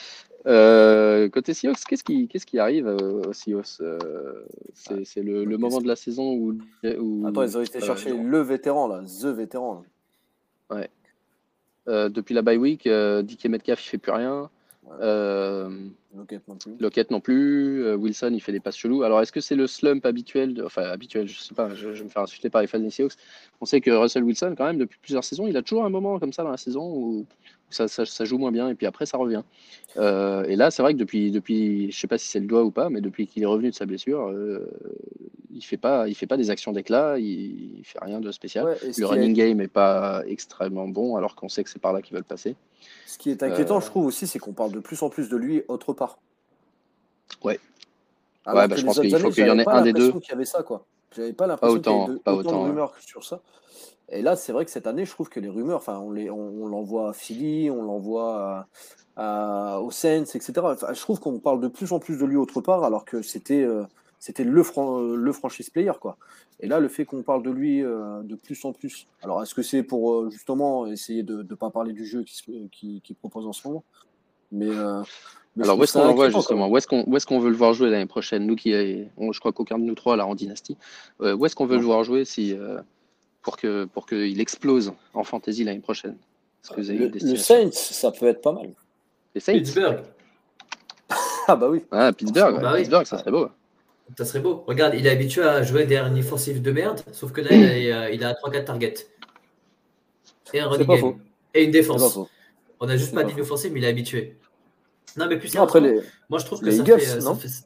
Euh, côté Seahawks, qu'est-ce qui, qu'est-ce qui arrive euh, aux Seahawks euh, C'est c'est le, le moment de la saison où. où Attends, ils ont été euh, chercher le vétéran, là. The vétéran. Là. ouais. Euh, depuis la bye week, euh, D K Metcalf, il fait plus rien. Ouais. Euh, Lockett non plus. Lockett non plus. Euh, Wilson, il fait des passes cheloues. Alors, est-ce que c'est le slump habituel de- Enfin, habituel, je sais pas, je, je vais me faire insulter par les fans des Seahawks. On sait que Russell Wilson, quand même, depuis plusieurs saisons, il a toujours un moment comme ça dans la saison où ça, ça, ça joue moins bien et puis après, ça revient. Euh, et là, c'est vrai que depuis, depuis, je sais pas si c'est le doigt ou pas, mais depuis qu'il est revenu de sa blessure, euh, il fait pas, il fait pas des actions d'éclat, il, il fait rien de spécial. Ouais, et ce Le qui est- running game est pas extrêmement bon, alors qu'on sait que c'est par là qu'ils veulent passer. Ce qui est inquiétant, Euh, je trouve aussi, c'est qu'on parle de plus en plus de lui autre part. Ouais. Alors Ouais, bah, que je les pense autres qu'il faut années, qu'il y en j'avais ait pas un des deux. l'impression qu'il y avait ça, quoi. J'avais pas Pas l'impression qu'il y avait autant, de- pas autant de autant. ouais. rumeurs sur ça. Et là, c'est vrai que cette année, je trouve que les rumeurs, enfin, on les, on, on l'envoie à Philly, on l'envoie à, à- aux Saints, et cetera. Enfin, je trouve qu'on parle de plus en plus de lui autre part, alors que c'était, euh, c'était le, fran- euh, le franchise player, quoi. Et là, le fait qu'on parle de lui euh, de plus en plus. Alors, est-ce que c'est pour euh, justement essayer de ne pas parler du jeu qu'il qui, qui propose en ce moment? Mais, euh, Mais Alors, je où trouve est-ce qu'on ça l'envoie inquiétant quand justement? même. Où est-ce qu'on où est-ce qu'on veut le voir jouer l'année prochaine? Nous qui, est- on- je crois qu'aucun de nous trois là en dynastie. Euh, où est-ce qu'on veut le Non. voir jouer si, euh, pour que pour qu'il explose en fantasy l'année prochaine? Est-ce que vous avez une Le, le destination? Saints, ça peut être pas mal. Les Saints? Pittsburgh. Ah bah oui. Ah, Pittsburgh, ouais. Bah oui. Pittsburgh, ça Ouais. serait beau. Ça serait beau. Regarde, il est habitué à jouer des offensifs de merde, sauf que là, il a, il a trois quatre targets. Et un C'est running pas game. faux. Et une C'est pas défense. faux. On n'a juste C'est pas pas d'ligne faux. offensive, mais il est habitué. Non, mais plus Non, après sérieusement, les, moi je trouve que les ça Eagles, fait, ça non? fait.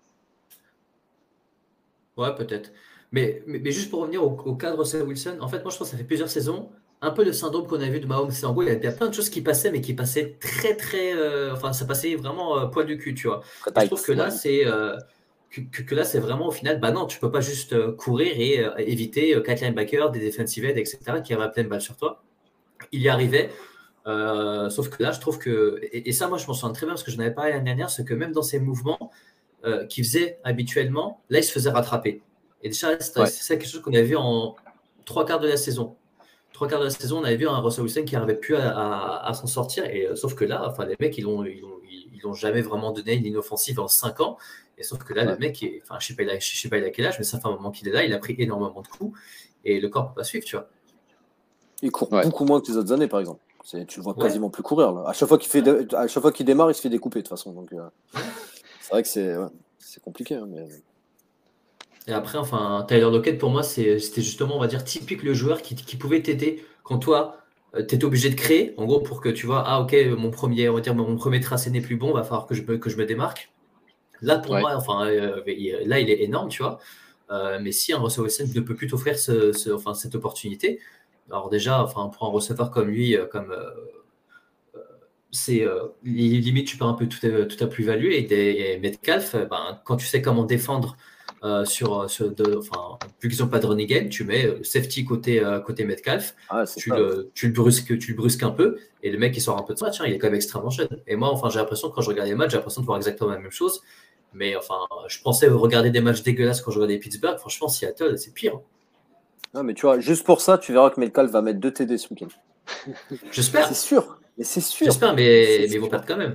Ouais, peut-être. Mais, mais, mais juste pour revenir au, au cadre Russell Wilson, en fait, moi je pense que ça fait plusieurs saisons, un peu le syndrome qu'on a vu de Mahomes. C'est en gros, il y a il y a plein de choses qui passaient, mais qui passaient très, très. euh, enfin, ça passait vraiment euh, poil du cul, tu vois. Très Et je trouve tight. que là, Ouais. c'est. euh, que, que- que là, c'est vraiment au final, bah non, tu peux pas juste euh, courir et euh, éviter euh, quatre linebackers, des defensive ends, et cetera, qui avaient plein de balles sur toi. Il y arrivait, euh, sauf que là, je trouve que. Et, et ça, moi, je m'en souviens très bien parce que je n'avais pas l'année dernière, c'est que même dans ces mouvements euh, qu'il faisait habituellement, là, il se faisait rattraper. Et déjà, c'est Ouais. c'est ça quelque chose qu'on a vu en trois quarts de la saison. Trois quarts de la saison, on avait vu un Russell Wilson qui n'arrivait plus à, à- à s'en sortir. Et euh, sauf que là, enfin, les mecs, ils l'ont ils l'ont- ils l'ont jamais vraiment donné une ligne offensive en cinq ans. Et sauf que là, Ouais. le mec, est- enfin, je sais pas, il a, je sais pas il a quel âge, mais ça fait un moment qu'il est là. Il a pris énormément de coups et le corps peut pas suivre, tu vois. Il court Ouais. beaucoup moins que les autres années, par exemple. C'est- Tu le vois Ouais. quasiment plus courir. Là. À chaque fois qu'il fait, de- à chaque fois qu'il démarre, il se fait découper de toute façon. Donc, euh, c'est vrai que c'est, ouais, c'est compliqué. Hein, mais... Et après, enfin, Tyler Lockett, pour moi, c'est- c'était justement, on va dire, typique le joueur qui, qui pouvait t'aider quand toi, tu étais obligé de créer, en gros, pour que tu vois, ah ok, mon premier, on va dire, mon premier tracé n'est plus bon, va falloir que je me, que je me démarque. Là, pour Ouais. moi, enfin, euh, il- là, il est énorme, tu vois. Euh, mais si un receveur Wilson ne peut plus t'offrir ce, ce- enfin, cette opportunité, alors déjà, enfin, pour un receveur comme lui, euh, comme euh, c'est euh, limite, tu perds un peu tout ta, toute ta plus-value. Et, des, et Metcalf, euh, ben, quand tu sais comment défendre euh, sur, sur de, enfin, vu qu'ils n'ont pas de running game, tu mets euh, safety côté, euh, côté Metcalf, Ah, c'est tu ça. le, tu, le brusques, tu le brusques un peu, et le mec il sort un peu de son match, hein, il est quand même extrêmement jeune. Et moi, enfin, j'ai l'impression, quand je regarde les matchs, j'ai l'impression de voir exactement la même chose. Mais enfin, je pensais regarder des matchs dégueulasses quand je regardais Pittsburgh. Franchement, Seattle, c'est pire. Non, mais tu vois, juste pour ça, tu verras que Metcalf va mettre deux T D ce week-end. J'espère, C'est sûr. Mais c'est sûr. j'espère, mais, C'est mais ils vont sûr. perdre quand même.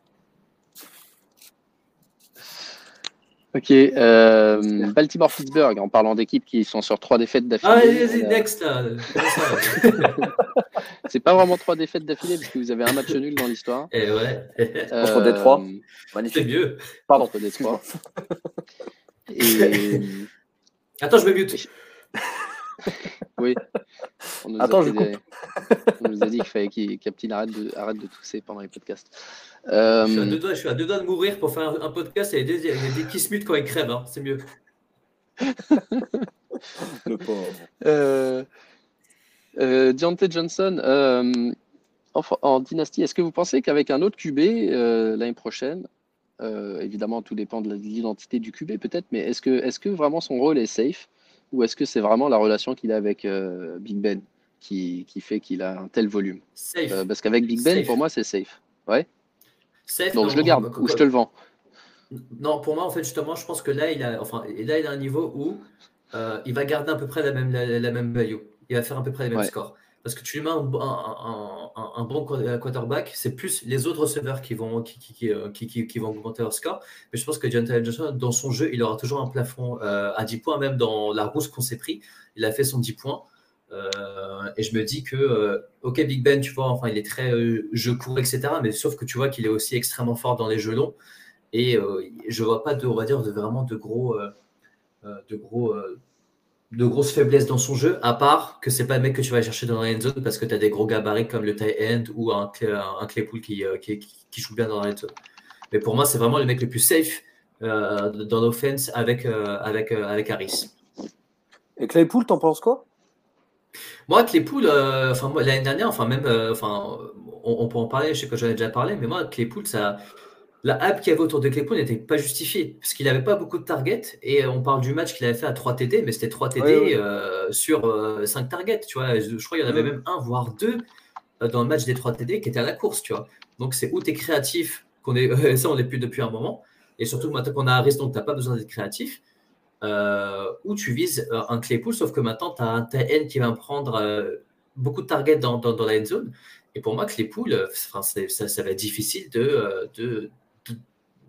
Ok. euh, Baltimore-Pittsburgh, en parlant d'équipes qui sont sur trois défaites Ah, d'affilée. vas-y, on a- next, là. Comment ça C'est pas vraiment trois défaites d'affilée parce que vous avez un match nul dans l'histoire. Et ouais. Contre Euh, Détroit. C'est Magnifique. mieux. Pardon. contre Détroit. Excuse-moi. Et Attends, je me mute. oui, on nous, Attends, a je fait- on nous a dit qu'il fallait qu'il- Captain arrête de, arrête de tousser pendant les podcasts. Euh, Je suis, à deux doigts, je suis à deux doigts de mourir pour faire un, un podcast et il y a des, il y a des qui se mutent quand ils crèvent. Hein. C'est mieux. Le pauvre. euh, euh, Deontay Johnson, euh, en, en dynastie, est-ce que vous pensez qu'avec un autre Q B euh, l'année prochaine, euh, évidemment tout dépend de l'identité du Q B peut-être, mais est-ce que, est-ce que vraiment son rôle est safe ou est-ce que c'est vraiment la relation qu'il a avec euh, Big Ben qui, qui fait qu'il a un tel volume? Safe. Euh, parce qu'avec Big Ben, Safe. pour moi, c'est safe. Ouais. Safe, Donc non, je le garde non, ou je te le vends. Non, pour moi, en fait, justement, je pense que là, il a, enfin, là, il a un niveau où euh, il va garder à peu près la même, la, la même value. Il va faire à peu près les mêmes Ouais. scores. Parce que tu lui mets un, un, un, un, un bon quarterback, c'est plus les autres receveurs qui vont, qui, qui, qui, qui, qui, qui vont augmenter leur score. Mais je pense que Deontay Johnson, dans son jeu, il aura toujours un plafond euh, à dix points, même dans la rousse qu'on s'est pris. Il a fait son dix points. Euh, et je me dis que, euh, ok, Big Ben, tu vois, enfin, il est très euh, jeu court, et cetera. Mais sauf que tu vois qu'il est aussi extrêmement fort dans les jeux longs. Et euh, je vois pas de, on va dire, de vraiment de gros, euh, de gros, euh, de grosses faiblesses dans son jeu, à part que c'est pas le mec que tu vas chercher dans la end zone parce que tu as des gros gabarits comme le tight end ou un, un Claypool qui, qui, qui joue bien dans la end zone. Mais pour moi, c'est vraiment le mec le plus safe euh, dans l'offense avec, euh, avec, euh, avec Harris. Et Claypool, t'en penses quoi? Moi, Claypool, euh, enfin, moi, l'année dernière, enfin, même, euh, enfin, on, on peut en parler, je sais que j'en ai déjà parlé, mais moi, Claypool, ça. La hype qu'il y avait autour de Claypool n'était pas justifiée parce qu'il n'avait pas beaucoup de targets et on parle du match qu'il avait fait à trois T D, mais c'était trois T D Oui, oui. euh, sur euh, cinq targets, tu vois. Je, je crois qu'il y en avait Mm. même un, voire deux euh, dans le match des trois T D qui étaient à la course, tu vois. Donc c'est où tu es créatif, qu'on est, euh, ça on n'est plus depuis un moment, et surtout maintenant qu'on a Harris, donc tu n'as pas besoin d'être créatif, euh, où tu vises euh, un Claypool, sauf que maintenant tu as un T N qui va prendre euh, beaucoup de targets dans, dans, dans la end zone. Et pour moi, Claypool, euh, ça, ça va être difficile de, de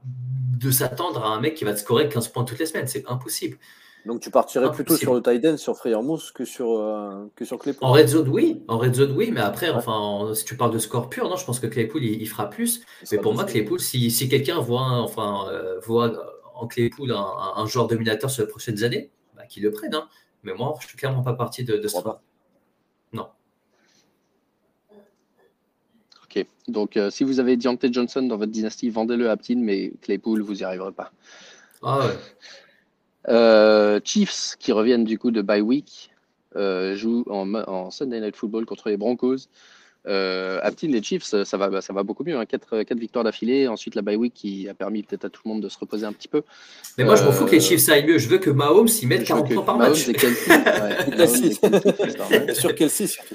de s'attendre à un mec qui va te scorer quinze points toutes les semaines. C'est impossible. Donc tu partirais Impossible. plutôt sur le tight end, sur Freyermuth que sur, euh, que sur Claypool. En red zone, oui. En red zone, oui. Mais après, Ouais. enfin, en- si tu parles de score pur, non, je pense que Claypool, il, il fera plus. Il Mais sera pour moi, deuxième. Claypool, si, si quelqu'un voit, un- enfin, euh, voit en Claypool un, un, un joueur dominateur sur les prochaines années, bah, qu'il le prenne. Hein. Mais moi, je suis clairement pas parti de, de Je ce crois train. pas. Non. Ok, donc euh, si vous avez Deontay Johnson dans votre dynastie, vendez-le à Aptin, mais Claypool, vous n'y arriverez pas. Ah ouais. Euh, Chiefs qui reviennent du coup de bye week euh, jouent en, en Sunday Night Football contre les Broncos. Euh, Aptin, les Chiefs, ça va, ça va beaucoup mieux. Hein. Quatre, quatre victoires d'affilée. Ensuite, la bye week qui a permis peut-être à tout le monde de se reposer un petit peu. Mais moi, je m'en fous que les Euh, Chiefs aillent mieux. Je veux que Mahomes y mette je veux quarante que points par Mahomes match. et Kelsey, ouais, Mahomes et Kelsey, c'est normal. Et sur Kelsey, surtout.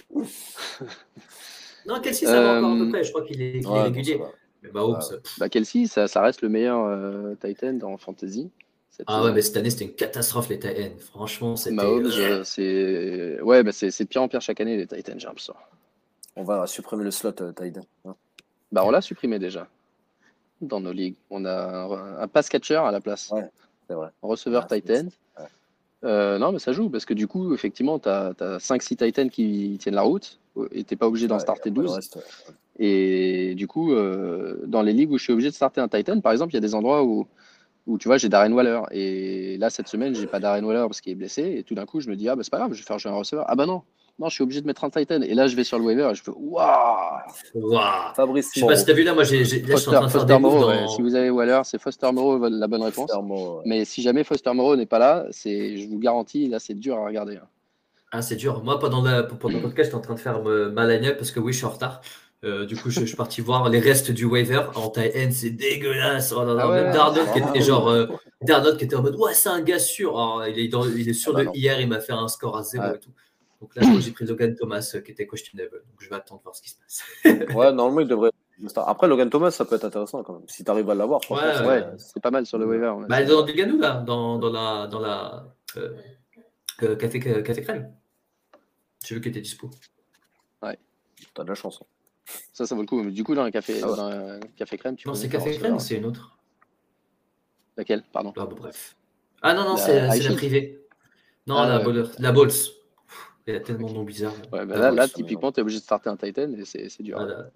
Non, Kelsey, ça va encore à peu Euh, près. Je crois qu'il est, qu'il est Ouais, non, régulier. ça va. Mais Mahomes. Ouais, ouais. pff. bah, Kelsey, ça, ça reste le meilleur euh, tight end en fantasy cette Ah saison. ouais, mais cette année, c'était une catastrophe, les tight ends. Franchement, c'était. Mahomes, euh, euh, c'est ouais, bah, c'est c'est de pire en pire chaque année les tight ends, j'ai l'impression. On va supprimer le slot euh, tight end. Hein. Bah, on l'a supprimé déjà dans nos ligues. On a un, un pass catcher à la place. Ouais, c'est vrai. Un receveur Ouais, tight c'est- end. ouais. Euh, non, mais ça joue parce que du coup, effectivement, tu as, cinq six tight ends qui tiennent la route et tu n'es pas obligé d'en Ouais, starter après, le douze. reste, ouais. Et du coup, euh, dans les ligues où je suis obligé de starter un tight end, par exemple, il y a des endroits où, où tu vois, j'ai Darren Waller. Et là, cette semaine, j'ai pas Darren Waller parce qu'il est blessé. Et tout d'un coup, je me dis, ah bah c'est pas grave, je vais faire jouer un receveur. Ah bah non, non, je suis obligé de mettre un tight end. Et là, je vais sur le waiver et je fais, waouh! Waouh. Fabrice Je sais pas si Moreau. t'as vu là, moi, j'ai, j'ai- là, je suis en Foster, train de faire Foster des moves Moreau, dans. ouais. Si vous avez Waller, c'est Foster Moreau la bonne réponse. Foster Moreau, ouais. Mais si jamais Foster Moreau n'est pas là, c'est, je vous garantis, là, c'est dur à regarder. hein. Ah, c'est dur. Moi, pendant, la, pendant le podcast, j'étais en train de faire me- ma line-up parce que oui, je suis en retard. Euh, du coup, je, je suis parti voir les restes du waiver. En tight end, c'est dégueulasse. Oh là là. Ah ouais, Même Darnold qui vraiment. était genre. euh, Darnold qui était en mode, ouais, c'est un gars sûr. Alors, il, est dans- il est sur Ah bah le non. hier, il m'a fait un score à zéro Ouais. et tout. Donc là, je crois que j'ai pris Logan Thomas euh, qui était questionable. Donc je vais attendre voir ce qui se passe. Ouais, normalement, il devrait. Après, Logan Thomas, ça peut être intéressant quand même. Si tu arrives à l'avoir, franchement, Ouais, c'est- Ouais, c'est pas mal sur le waiver. ouais, Bah, c'est- dans Biganou, là, dans, dans la, dans la euh, euh, café, café crème. J'ai vu qu'il était dispo. t'as de la chance. hein. Ça, ça vaut le coup. Mais du coup, dans un café, Ah ouais. dans un café crème, tu Non, peux c'est mettre un café receveur. crème ou c'est une autre? Laquelle? Pardon. Ah, bon, bref. Ah non, non, La c'est, c'est la iShield. privée. Non, Ah, la, ouais. Boller- la Bols. Il y a tellement de noms bizarres. Ouais, bah La là, Bols. là, typiquement, tu es obligé de starter un Titan et c'est c'est dur. Ah, là.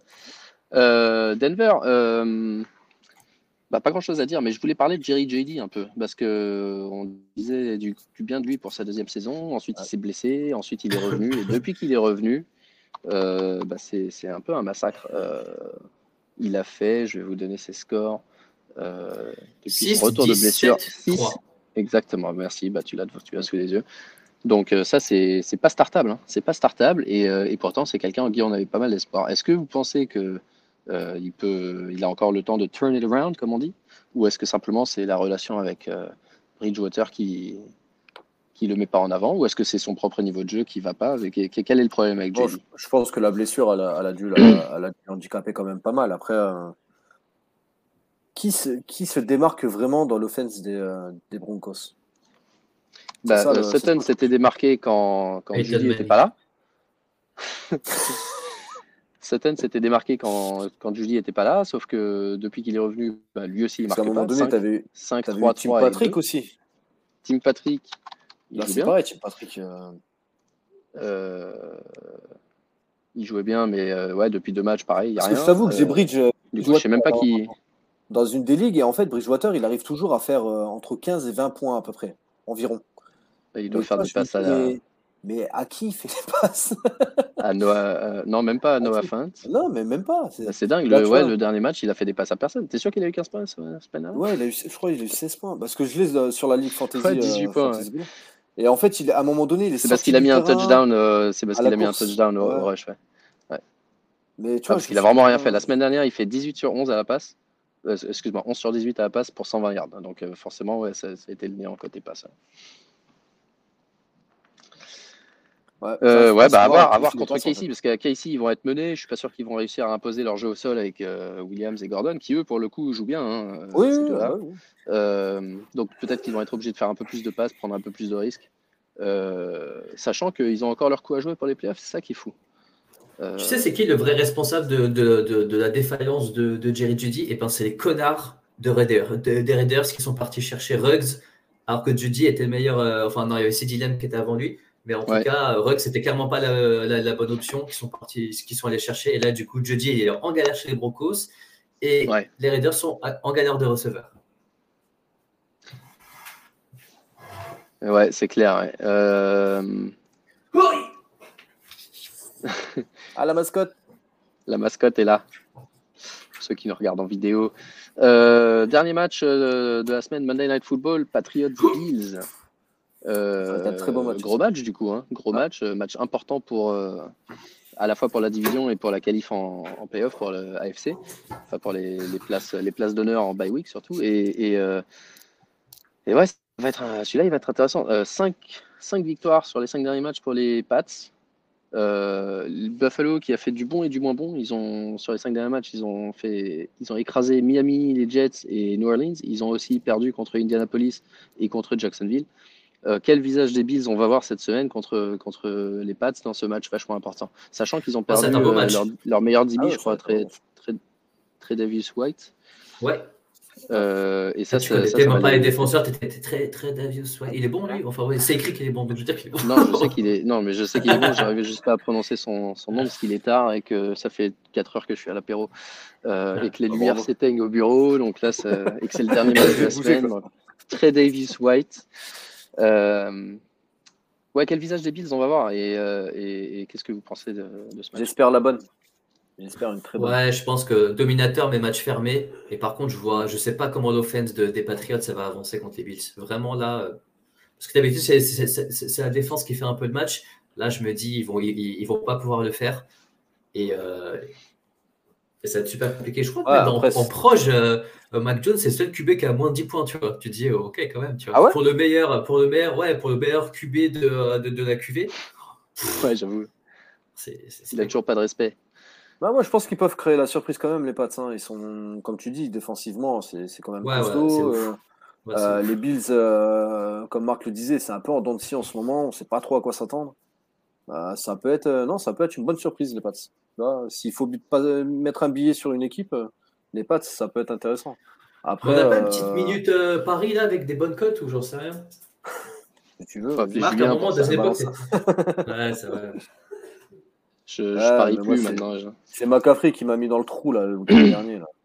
Euh, Denver, euh, bah, pas grand chose à dire, mais je voulais parler de Jerry Jeudy un peu parce que on disait du, du bien de lui pour sa deuxième saison. Ensuite, il s'est blessé. Ensuite, il est revenu. Et depuis qu'il est revenu, euh, bah, c'est c'est un peu un massacre. Euh, il a fait, je vais vous donner ses scores. Euh, depuis six, son retour de dix, blessure, sept, six. trois. Exactement, merci. Bah, tu l'as tu l'as sous les yeux. Donc euh, ça, c'est c'est pas startable. Hein. C'est pas startable et, euh, et pourtant, c'est quelqu'un en qui on avait pas mal d'espoir. Est-ce que vous pensez que euh, il peut, il a encore le temps de turn it around, comme on dit, ou est-ce que simplement c'est la relation avec euh, Bridgewater qui qui le met pas en avant, ou est-ce que c'est son propre niveau de jeu qui va pas avec, quel est le problème avec Bon, J D? je, je pense que la blessure, elle a, elle a dû la- elle a dû l'handicaper quand même pas mal. Après, euh, qui, se, qui se démarque vraiment dans l'offense des, euh, des Broncos? Bah, ça, euh, le- Sutton c'est- s'était démarqué quand, quand Peyton Judy n'était Manning. pas là. Sutton s'était démarqué quand, quand Judy n'était pas là, sauf que depuis qu'il est revenu, bah, lui aussi il Parce qu'à marque un moment pas. donné, tu avais eu, cinq, t'avais trois, eu Tim trois et Patrick deux. aussi. Tim Patrick, il Là, joue c'est bien. pareil, Tim Patrick. euh, Euh, il jouait bien, mais euh, ouais, depuis deux matchs, pareil, il n'y a Parce rien. que je t'avoue que Euh, Zebridge, euh, du coup, je sais même pas dans, qui. dans une des ligues, et en fait, Bridgewater, il arrive toujours à faire euh, entre quinze et vingt points à peu près, environ. Il doit Mais faire toi, des je me passes à, dis, mais, mais à qui il fait les passes? à Noah. euh, non, même pas à Noah qui Fant. Non, mais même pas. C'est, Bah, c'est dingue. là, Le, tu ouais, vois, le dernier match, il a fait des passes à personne. T'es sûr qu'il a eu quinze points ce ce semaine-là? ouais, il a eu, je crois qu'il a eu seize points. Parce que je l'ai euh, sur la Ligue Fantasy. Ouais, dix-huit euh, points, Fantasy Bleu. Et en fait, il, à un moment donné, il est C'est parce sorti qu'il a du mis un terrain touchdown. euh, c'est parce à qu'il la a mis un course. touchdown au, Ouais. au rush. Ouais. Mais tu Ah, vois, parce je qu'il me a suis vraiment dit, rien putain, fait. La semaine dernière, il fait dix-huit sur onze à la passe. Euh, excuse-moi, onze sur dix-huit à la passe pour cent vingt yards. Donc euh, forcément, ouais, ça, ça a été le néant côté passe. ouais, Euh, j'arrive pas ouais, à bah à savoir voir, qui à voir fait les contre passes, en Casey, fait. parce qu'à Casey, ils vont être menés. Je suis pas sûr qu'ils vont réussir à imposer leur jeu au sol avec euh, Williams et Gordon, qui eux, pour le coup, jouent bien, hein, euh, Oui, ces oui, deux-là. ouais, ouais. Euh, donc peut-être qu'ils vont être obligés de faire un peu plus de passes, prendre un peu plus de risques, euh, sachant qu'ils ont encore leur coup à jouer pour les playoffs. C'est ça qui est fou. Euh, Tu sais, c'est qui le vrai responsable de, de, de, de la défaillance de, de Jerry Jeudy? Eh ben, c'est les connards de Raiders, de- des Raiders qui sont partis chercher Ruggs, alors que Jeudy était le meilleur. euh, enfin, non, il y avait CeeDee Lamb qui était avant lui. Mais en tout Ouais. cas, Ruggs, c'était clairement pas la, la- la bonne option qui sont partis, qui sont allés chercher. Et là, du coup, Jeudy il est en galère chez les Broncos. Et Ouais. les Raiders sont à- en galère de receveurs. Ouais, c'est clair. Ouais. Euh, Ah, la mascotte. La mascotte est là. Pour ceux qui nous regardent en vidéo. Euh, dernier match euh, de la semaine, Monday Night Football, Patriots Bills. Euh, Ça va être un très beau match Gros aussi. match du coup, hein. Gros Ah. match, euh, match important pour euh, à la fois pour la division et pour la qualif en, en playoff pour le A F C, enfin pour les, les places les places d'honneur en bye week surtout. Et, et, euh, et ouais, ça va être un- celui-là il va être intéressant. Euh, cinq victoires sur les cinq derniers matchs pour les Pats. Euh, le Buffalo qui a fait du bon et du moins bon. Ils ont sur les cinq derniers matchs, ils ont fait, ils ont écrasé Miami, les Jets et New Orleans. Ils ont aussi perdu contre Indianapolis et contre Jacksonville. Euh, quel visage des Bills on va voir cette semaine contre, contre les Pats dans ce match vachement important, sachant qu'ils ont Ah, ça va perdu être un beau euh, match. leur, leur meilleur D B, Ah ouais, je ça va crois, être un très, bon match. très, très Davis White. Ouais. Euh, et ça, tu ça, connais ça, ça tellement va pas les les- défenseurs, tu étais très, très Davius. Ouais. Il est bon, lui. Enfin, ouais, c'est écrit qu'il est bon, donc je veux dire qu'il est bon. Non, je sais qu'il est. Non, mais je sais qu'il est bon. J'arrivais juste pas à prononcer son, son nom parce qu'il est tard et que ça fait quatre heures que je suis à l'apéro euh, et que les Ah, lumières bravo. s'éteignent au bureau. Donc là, ça- et que c'est le dernier match de la Bougez, semaine. quoi. Donc, très Davis White. Euh, Ouais, quel visage des Bills on va voir et, euh, et, et qu'est-ce que vous pensez de, de ce match? J'espère la bonne. J'espère une très bonne. Ouais, je pense que dominateur, mais match fermé. Et par contre, je vois, je sais pas comment l'offense de, des Patriots ça va avancer contre les Bills. Vraiment là, euh, parce que d'habitude c'est c'est- c'est- c'est la défense qui fait un peu de match. Là, je me dis ils vont ils, ils vont pas pouvoir le faire et, euh, et ça va être super compliqué. Je crois que Ouais, même dans- après, en c'est- proche, euh, euh, Mac Jones c'est le seul Q B qui a moins de dix points, tu vois. Tu te dis euh, ok quand même, tu vois. Ah ouais Pour le meilleur, pour le meilleur, ouais, pour le meilleur Q B de, de, de la Q V, Ouais, j'avoue. c'est c'est- Il a c'est- toujours pas de respect. Bah, moi, je pense qu'ils peuvent créer la surprise quand même, les Pats. Hein. Ils sont, comme tu dis, défensivement, c'est c'est quand même ouais ouais, c'est costaud. ouf. Euh, Ouais, c'est euh, ouf. les Bills, euh, comme Marc le disait, c'est un peu en dents de scie en ce moment. On ne sait pas trop à quoi s'attendre. Bah, ça peut être, euh, non, ça peut être une bonne surprise, les Pats. Là, s'il faut but- pas euh, mettre un billet sur une équipe, euh, les Pats, ça peut être intéressant. Après, Mais on n'a pas une petite euh, minute euh, Paris là avec des bonnes cotes ou j'en sais rien. si tu veux, Faut appeler vas-y. Marc, à un Julien moment pour de ça. cette époque, balance c'est. ça. Ouais, c'est vrai. Je, je Ouais, parie mais moi, plus c'est maintenant. je- c'est McCaffrey qui m'a mis dans le trou là, le week-end dernier. Là.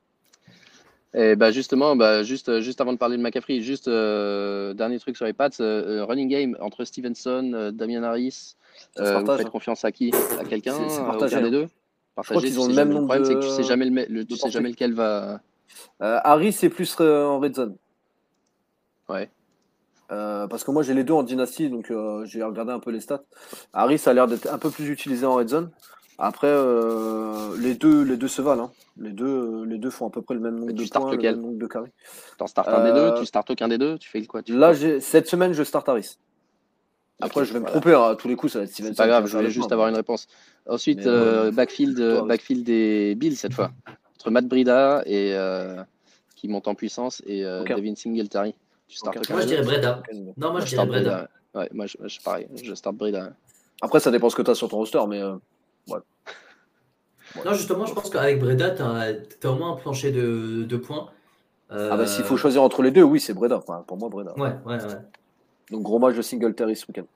Et bah justement, bah juste, juste avant de parler de McCaffrey, juste euh, dernier truc sur les Pats, euh, running game entre Stevenson, euh, Damian Harris. Ça se Euh, vous partage. faites Hein. confiance à qui? À quelqu'un? C'est c'est À partagé. aucun des Hein. deux? Je crois Partagé, qu'ils tu ont le sais même jamais. Le nombre problème, c'est que tu sais de, jamais, le, me- le- de tu sais jamais portées. lequel va. Euh, Harry, c'est plus euh, en red zone. Ouais. Euh, parce que moi, j'ai les deux en dynastie, donc euh, j'ai regardé un peu les stats. Harry, ça a l'air d'être un peu plus utilisé en red zone. Après, euh, les deux, les deux se valent. Hein. Les deux, les deux font à peu près le même nombre Mais de tu startes points, le même lequel? nombre de carrés. T'en startes un des deux? Euh, Tu startes aucun des deux? Tu fais quoi? Tu fais là, quoi? j'ai cette semaine, je start Harris. Après, Ok, je vais me voilà. tromper. Hein. À tous les coups, ça va être C'est Stevenson pas qui grave, va je faire voulais avec moi. juste avoir Mais, une réponse. Ensuite, mais, euh, euh, backfield, toi, Harris. backfield des Bills cette fois. Entre Matt Breida et euh, qui monte en puissance et euh, Aucun. Devin Singletary. Tu startes Aucun. aucun Moi, je des deux? dirais Breda. Aucun. Non, moi, Moi, je je dirais starte Breda. Breida. Ouais, Ouais, moi, je, je- pareil, je starte Breida. Après, ça dépend ce que tu as sur ton roster, mais euh, ouais. Ouais. Non, justement, je pense qu'avec Breda, tu as au moins un plancher de, de points. Euh, Ah bah s'il faut choisir entre les deux, oui, c'est Breda. Enfin, pour moi, Breda. Ouais, ouais, ouais. Donc gros match de Singletary ce week-end.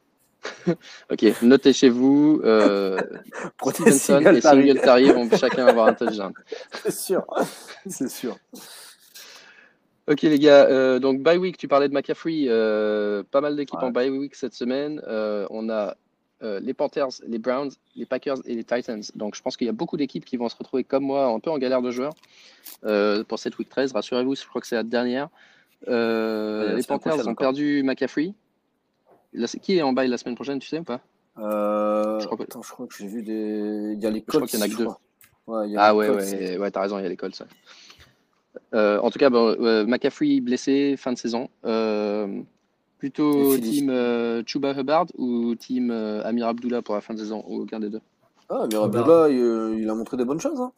Ok, notez chez vous. Euh, Prenez Stevenson et Singletary. Singletary vont chacun avoir un touchdown. C'est sûr, c'est sûr. Ok les gars, euh, donc bye week, tu parlais de McCaffrey, euh, pas mal d'équipes Ouais. en bye week cette semaine. Euh, on a euh, les Panthers, les Browns, les Packers et les Titans. Donc je pense qu'il y a beaucoup d'équipes qui vont se retrouver comme moi, un peu en galère de joueurs euh, pour cette week treize. Rassurez-vous, je crois que c'est la dernière. Euh, Ouais, les c'est la Panthers prochaine ont encore. perdu McCaffrey. Là, c'est- qui est en bye la semaine prochaine, tu sais ou pas? Euh, Je crois que- Attends, je crois que j'ai vu des. Il y a les Je crois Colts. qu'il y en a que je deux. crois. Ouais, il y a Ah les ouais, Colts. ouais, ouais, t'as raison, il y a les Colts. Ouais. Euh, en tout cas, bon, euh, McCaffrey blessé, fin de saison. Euh, Et plutôt Philly. team euh, Chuba Hubbard ou team euh, Amir Abdullah pour la fin de saison ou aucun des deux? Ah, mais Hubbard. Abdullah, il, euh, il a montré des bonnes choses. Hein.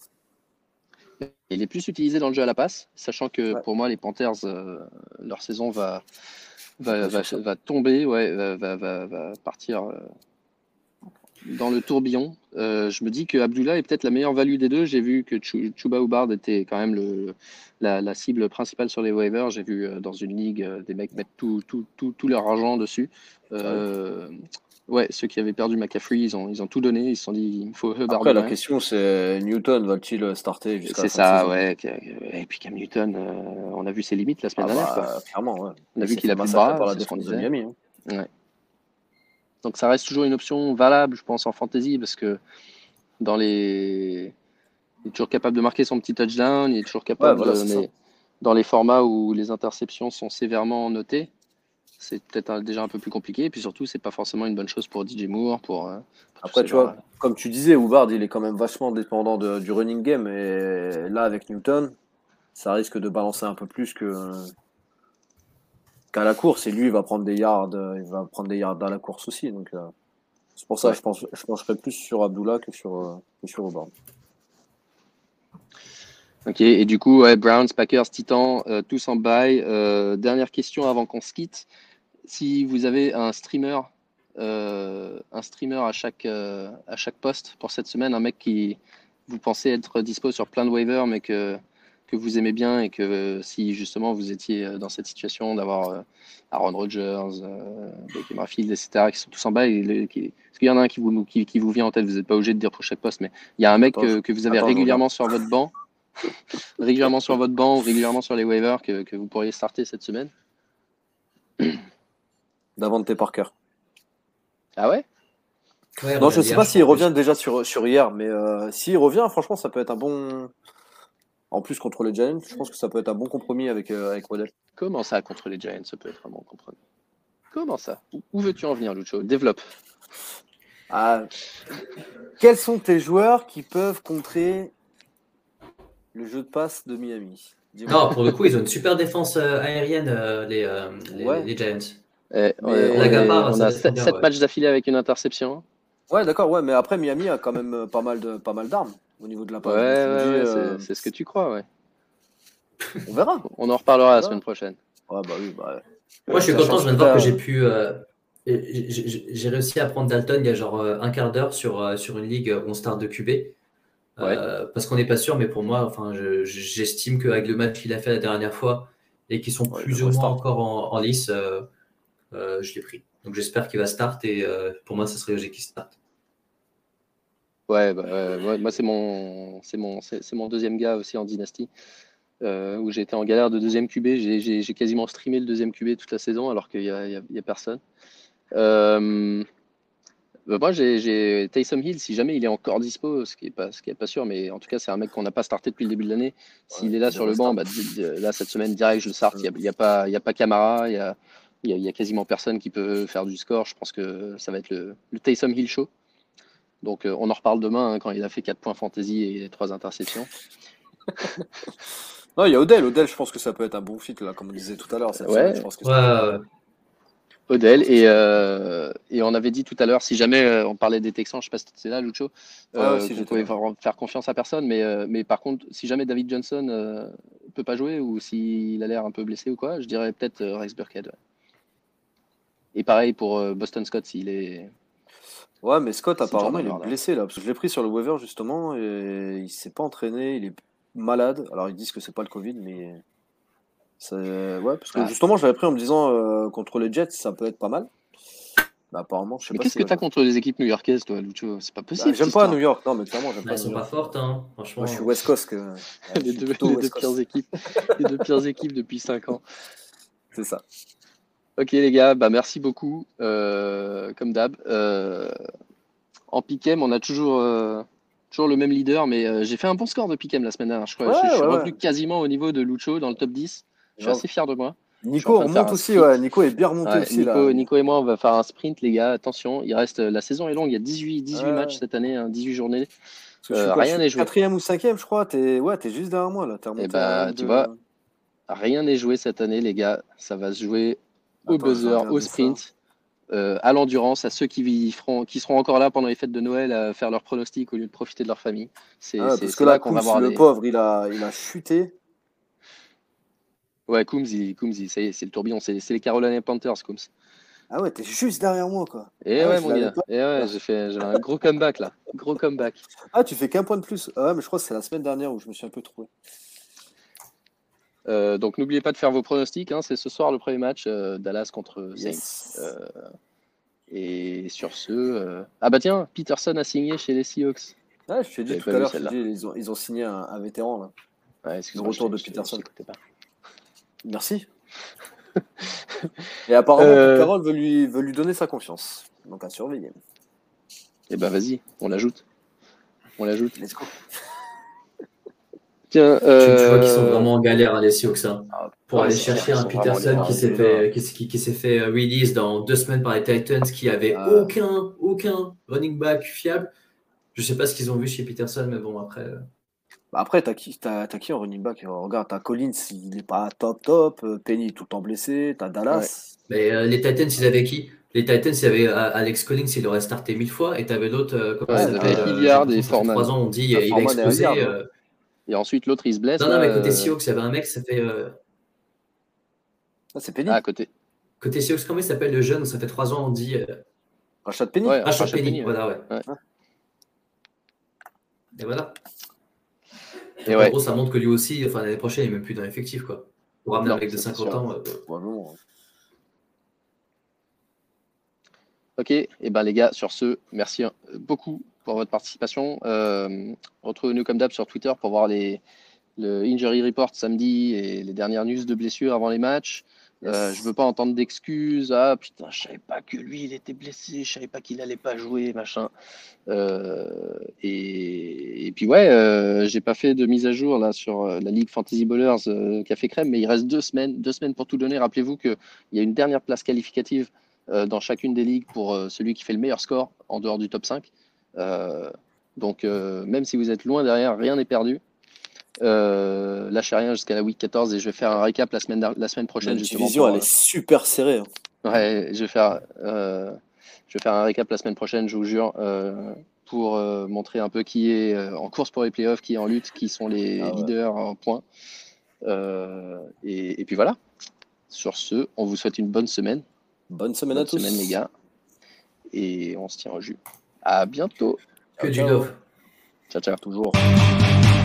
Il est plus utilisé dans le jeu à la passe, sachant que Ouais. pour moi, les Panthers, euh, leur saison va, va, Ouais, va, sur ça. va tomber, ouais, va, va, va, va partir. euh, dans le tourbillon. Euh, je me dis que Abdullah est peut-être la meilleure value des deux. J'ai vu que Chu- Chuba Hubbard était quand même le, la, la cible principale sur les waivers. J'ai vu euh, dans une ligue euh, des mecs mettre tout, tout, tout, tout leur argent dessus. Euh, ouais, ceux qui avaient perdu McCaffrey, ils ont, ils ont tout donné. Ils se sont dit, il faut Hubbard Après, la demain. question, c'est Newton va-t-il starter jusqu'à la C'est fin de ça, saison? ouais. Et puis Cam Newton, euh, on a vu ses limites la semaine Ah dernière. Quoi. bah, clairement, ouais. On a Il vu s'est qu'il fait a plus de massacrer bras, par la c'est ce qu'on défense de disait. Miami. hein. Ouais. Donc ça reste toujours une option valable, je pense, en fantasy, parce que dans les... il est toujours capable de marquer son petit touchdown, il est toujours capable Ouais, voilà, de... c'est ça. Mais dans les formats où les interceptions sont sévèrement notées, c'est peut-être un- déjà un peu plus compliqué. Et puis surtout, c'est pas forcément une bonne chose pour D J Moore, pour, euh, pour tous Après, ces tu vois, gens-là. comme tu disais, Hubbard, il est quand même vachement dépendant de- du running game. Et là, avec Newton, ça risque de balancer un peu plus que qu'à la course. Et lui, il va prendre des yards, euh, il va prendre des yards à la course aussi. Donc, euh, c'est pour ça Ouais. que je pense, je pencherais plus sur Abdullah que sur, euh, que sur Hubbard. Ok, et du coup, ouais, Browns, Packers, Titans, euh, tous en bye. Euh, dernière question avant qu'on se quitte. Si vous avez un streamer, euh, un streamer à chaque, euh, à chaque poste pour cette semaine, un mec qui vous pensez être dispo sur plein de waivers, mais que, que vous aimez bien et que euh, si justement vous étiez euh, dans cette situation d'avoir euh, Aaron Rodgers, euh, Baker Mayfield, et cetera, qui sont tous en bas, et les- qui- est-ce qu'il y en a un qui vous, qui, qui vous vient en tête? Vous n'êtes pas obligé de dire pour chaque poste, mais il y a un mec Attends, que, je- que vous avez attends, je régulièrement sur votre banc, régulièrement sur votre banc ou régulièrement sur les waivers que, que vous pourriez starter cette semaine. Davante Parker. Ah ouais? Ouais, Non, regarde je sais hier, pas je s'il crois, en plus. revient déjà sur, sur hier, mais euh, s'il revient, franchement, ça peut être un bon. En plus, contre les Giants, je pense que ça peut être un bon compromis avec, euh, avec Waddell. Comment ça, contre les Giants, ça peut être un bon compromis? Comment ça? Où, où veux-tu en venir, Lucho? Développe. Ah, quels sont tes joueurs qui peuvent contrer le jeu de passe de Miami? Dis-moi. Non, pour le coup, ils ont une super défense euh, aérienne, euh, les, euh, les, Ouais. les Giants. Eh, Mais- euh, on, La est- Gapar, on ça a défend bien, sept ouais. matchs d'affilée avec une interception. Ouais, d'accord, ouais, mais après, Miami a quand même euh, pas mal de pas mal d'armes au niveau de la Ouais, passe. ouais, Donc, je me dis, ouais, euh, c'est c'est ce que tu crois, ouais. on verra. On en reparlera la Voilà. semaine prochaine. Ouais, bah oui, bah. Moi, je suis Sachant content, je que viens de voir que t'as- j'ai pu. euh, j'ai j'ai- j'ai réussi à prendre Dalton il y a genre euh, un quart d'heure sur, euh, sur une ligue où on start de Q B. Euh, parce qu'on n'est pas sûr, mais pour moi, enfin, je- je- j'estime qu'avec le match qu'il a fait la dernière fois et qu'ils sont Ouais, il plus ou devrait moins start. encore en, en lice, euh, euh, je l'ai pris. Donc j'espère qu'il va start et euh, pour moi, ça serait logique qu'il start. Ouais, bah, ouais, ouais, moi c'est mon, c'est mon, c'est c'est mon deuxième gars aussi en Dynasty, euh, où j'étais en galère de deuxième Q B. J'ai- J'ai j'ai quasiment streamé le deuxième Q B toute la saison alors qu'il y a, il y a- il y a personne. Euh, bah, moi j'ai j'ai Taysom Hill, si jamais il est encore dispo, ce qui est pas, ce qui est pas sûr, mais en tout cas c'est un mec qu'on n'a pas starté depuis le début de l'année. S'il Ouais, est là il sur le devrait banc, start. bah, d- d- là cette semaine direct je le start. Il n'y a, il y a pas, il y a pas Camara, il y a, il y a, il y a quasiment personne qui peut faire du score. Je pense que ça va être le, le Taysom Hill show. Donc euh, on en reparle demain hein, quand il a fait quatre points fantasy et trois interceptions. Non, il y a Odell. Odell, je pense que ça peut être un bon fit, là, comme on disait tout à l'heure. Cette Ouais. semaine, je pense que Ouais, ça- ouais, ouais. Odell Je pense que et, ça- euh, et on avait dit tout à l'heure, si jamais euh, on parlait des Texans, je sais pas si c'est là, Lucho, Ouais, euh, ouais, si, qu'on j'étais pouvait là. faire, faire confiance à personne, mais, euh, mais par contre, si jamais David Johnson euh, peut pas jouer ou s'il a l'air un peu blessé ou quoi, je dirais peut-être euh, Rex Burkhead. Ouais. Et pareil pour euh, Boston Scott s'il est. Ouais, mais Scott, Si apparemment, Jordan il est Howard, hein. blessé, là. Parce que je l'ai pris sur le waiver, justement, et il s'est pas entraîné. Il est malade. Alors, ils disent que c'est pas le Covid, mais. c'est- Ouais, parce que Ah. justement, je l'avais pris en me disant euh, contre les Jets, ça peut être pas mal. Bah, apparemment, je sais Mais pas qu'est-ce s'il que va t'as jouer. contre les équipes new-yorkaises, toi, Lucho? C'est pas Bah, possible. j'aime cette pas histoire. New York, non, mais clairement, j'aime Bah, pas ils sont New pas York. fortes, hein, Moi, franchement. je suis West Coast. Que... ouais, je les suis deux, plutôt les deux West pires Coast. équipes, les deux pires équipes depuis cinq ans. C'est ça. Ok les gars, bah merci beaucoup, euh, comme d'hab. Euh, en pick'em, on a toujours, euh, toujours le même leader, mais euh, j'ai fait un bon score de pick'em la semaine dernière. Je crois, Ouais, je, je suis ouais, revenu ouais. quasiment au niveau de Lucho dans le top dix. Je suis Grave. assez fier de moi. Je suis en Nico train de faire remonte un aussi, sprint. ouais. Nico est bien remonté Ouais, aussi, Nico, là. Nico et moi, on va faire un sprint, les gars. Attention, il reste la saison est longue. Il y a dix-huit, dix-huit Ouais. matchs cette année, hein, dix-huit journées. Parce que je suis Euh, quoi, je rien suis n'est joué. quatrième ou cinquième, je crois. T'es ouais, t'es juste derrière moi, là. T'es Et remonté à un bah, nombre tu de... vois, rien n'est joué cette année, les gars. Ça va se jouer au Attends, je vais buzzer, regarder au ça. sprint. Euh, à l'endurance, à ceux qui, y feront, qui seront encore là pendant les fêtes de Noël à faire leurs pronostics au lieu de profiter de leur famille. C'est Ah ouais, c'est- parce c'est que là là, qu'on va Coombs, voir le les. pauvre, il a, il a chuté. Ouais, Coombs, il, Coombs, il- ça y est, c'est le tourbillon. C'est c'est les Carolina Panthers, Coombs. Ah ouais, t'es juste derrière moi, quoi. Et Ah ouais, ouais, je mon l'avais gars. pas. Et ouais, j'ai fait j'ai un gros comeback là. Gros comeback. Ah, tu fais qu'un point de plus. Ah ouais, mais je crois que c'est la semaine dernière où je me suis un peu trouvé. Euh, donc n'oubliez pas de faire vos pronostics. Hein, c'est ce soir le premier match, euh, Dallas contre Saints. Yes. Euh, et sur ce, euh, ah bah tiens, Peterson a signé chez les Seahawks. Ah, je t'ai dit J'avais tout pas à vu l'heure, je t'ai celle-là. dit, ils ont, ils ont signé un, un vétéran, là. Ouais, Le excuse-moi, retour je de t'ai- je t'ai- Peterson. je t'écoutais pas. Merci. Et apparemment, Euh, Pete Carroll veut lui, veut lui donner sa confiance. Donc à surveiller. Et ben vas-y, on l'ajoute. On l'ajoute. Let's go. Tiens, Tu, tu vois qu'ils sont euh, vraiment en galère, les Seahawks, hein, ah, pour non, mais aller c'est clair, chercher ils un sont vraiment Peterson galère. qui s'est Ah, fait, qui, qui- qui s'est fait euh, release dans deux semaines par les Titans, qui avait Ah. aucun, aucun running back fiable. Je sais pas ce qu'ils ont vu chez Peterson, mais bon, après. euh, Bah après, t'as qui, t'as, t'as qui en running back? Regarde, t'as Collins, il est pas top top. euh, Penny tout le temps blessé. T'as Dallas. Mais euh, les Titans, ils avaient qui? Les Titans, ils avaient euh, Alex Collins, il aurait starté mille fois, et t'avais l'autre, euh, comment Ouais, il ils Ouais, avaient s'appelle t'as, euh, j'ai Hilliard l'impression et que ça fait Foreman. trois ans, on dit, t'as euh, il a Foreman et explosé. Hilliard, euh. Et ensuite, l'autre, il se blesse. Non, là, non, mais côté euh, Seahawks, il y avait un mec, ça fait. euh, Ah, c'est Penny. Ah, à côté. Côté Seahawks, comment il s'appelle le jeune où ça fait trois ans, on dit. euh, Rashad Penny. Ouais, Rashad Rashad Penny, Penny, ouais. voilà, ouais. Ouais. Et voilà. Et Donc, ouais. En gros, ça montre que lui aussi, enfin, l'année prochaine, il n'est même plus dans l'effectif, quoi. Pour ramener Non, un mec de ça, c'est cinquante sûr. ans. euh, Ouais, non. Ok, et ben les gars, sur ce, merci hein, beaucoup pour votre participation. Euh, retrouvez-nous comme d'hab sur Twitter pour voir les, le Injury Report samedi et les dernières news de blessures avant les matchs. Euh, Yes. je veux pas entendre d'excuses. Ah putain, je savais pas que lui il était blessé, je savais pas qu'il allait pas jouer, machin. Euh, et, et puis ouais, euh, j'ai pas fait de mise à jour là sur euh, la Ligue Fantasy Ballers euh, Café Crème, mais il reste deux semaines, deux semaines pour tout donner. Rappelez-vous qu'il y a une dernière place qualificative euh, dans chacune des ligues pour euh, celui qui fait le meilleur score en dehors du top cinq. Euh, donc euh, même si vous êtes loin derrière, rien n'est perdu. Euh, lâchez rien jusqu'à la week quatorze et je vais faire un récap la semaine, la semaine prochaine. La justement division, pour, elle est super serrée. hein. euh, ouais, je vais faire, euh, je vais faire un récap la semaine prochaine, je vous jure, euh, pour euh, montrer un peu qui est euh, en course pour les playoffs, qui est en lutte, qui sont les Ah ouais. leaders en points. Euh, et, et puis voilà. Sur ce, on vous souhaite une bonne semaine. Bonne semaine Bonne à tous. semaine les gars. Et on se tient au jus. À bientôt. Que Ciao, du ciao. love. Ciao, ciao. Toujours.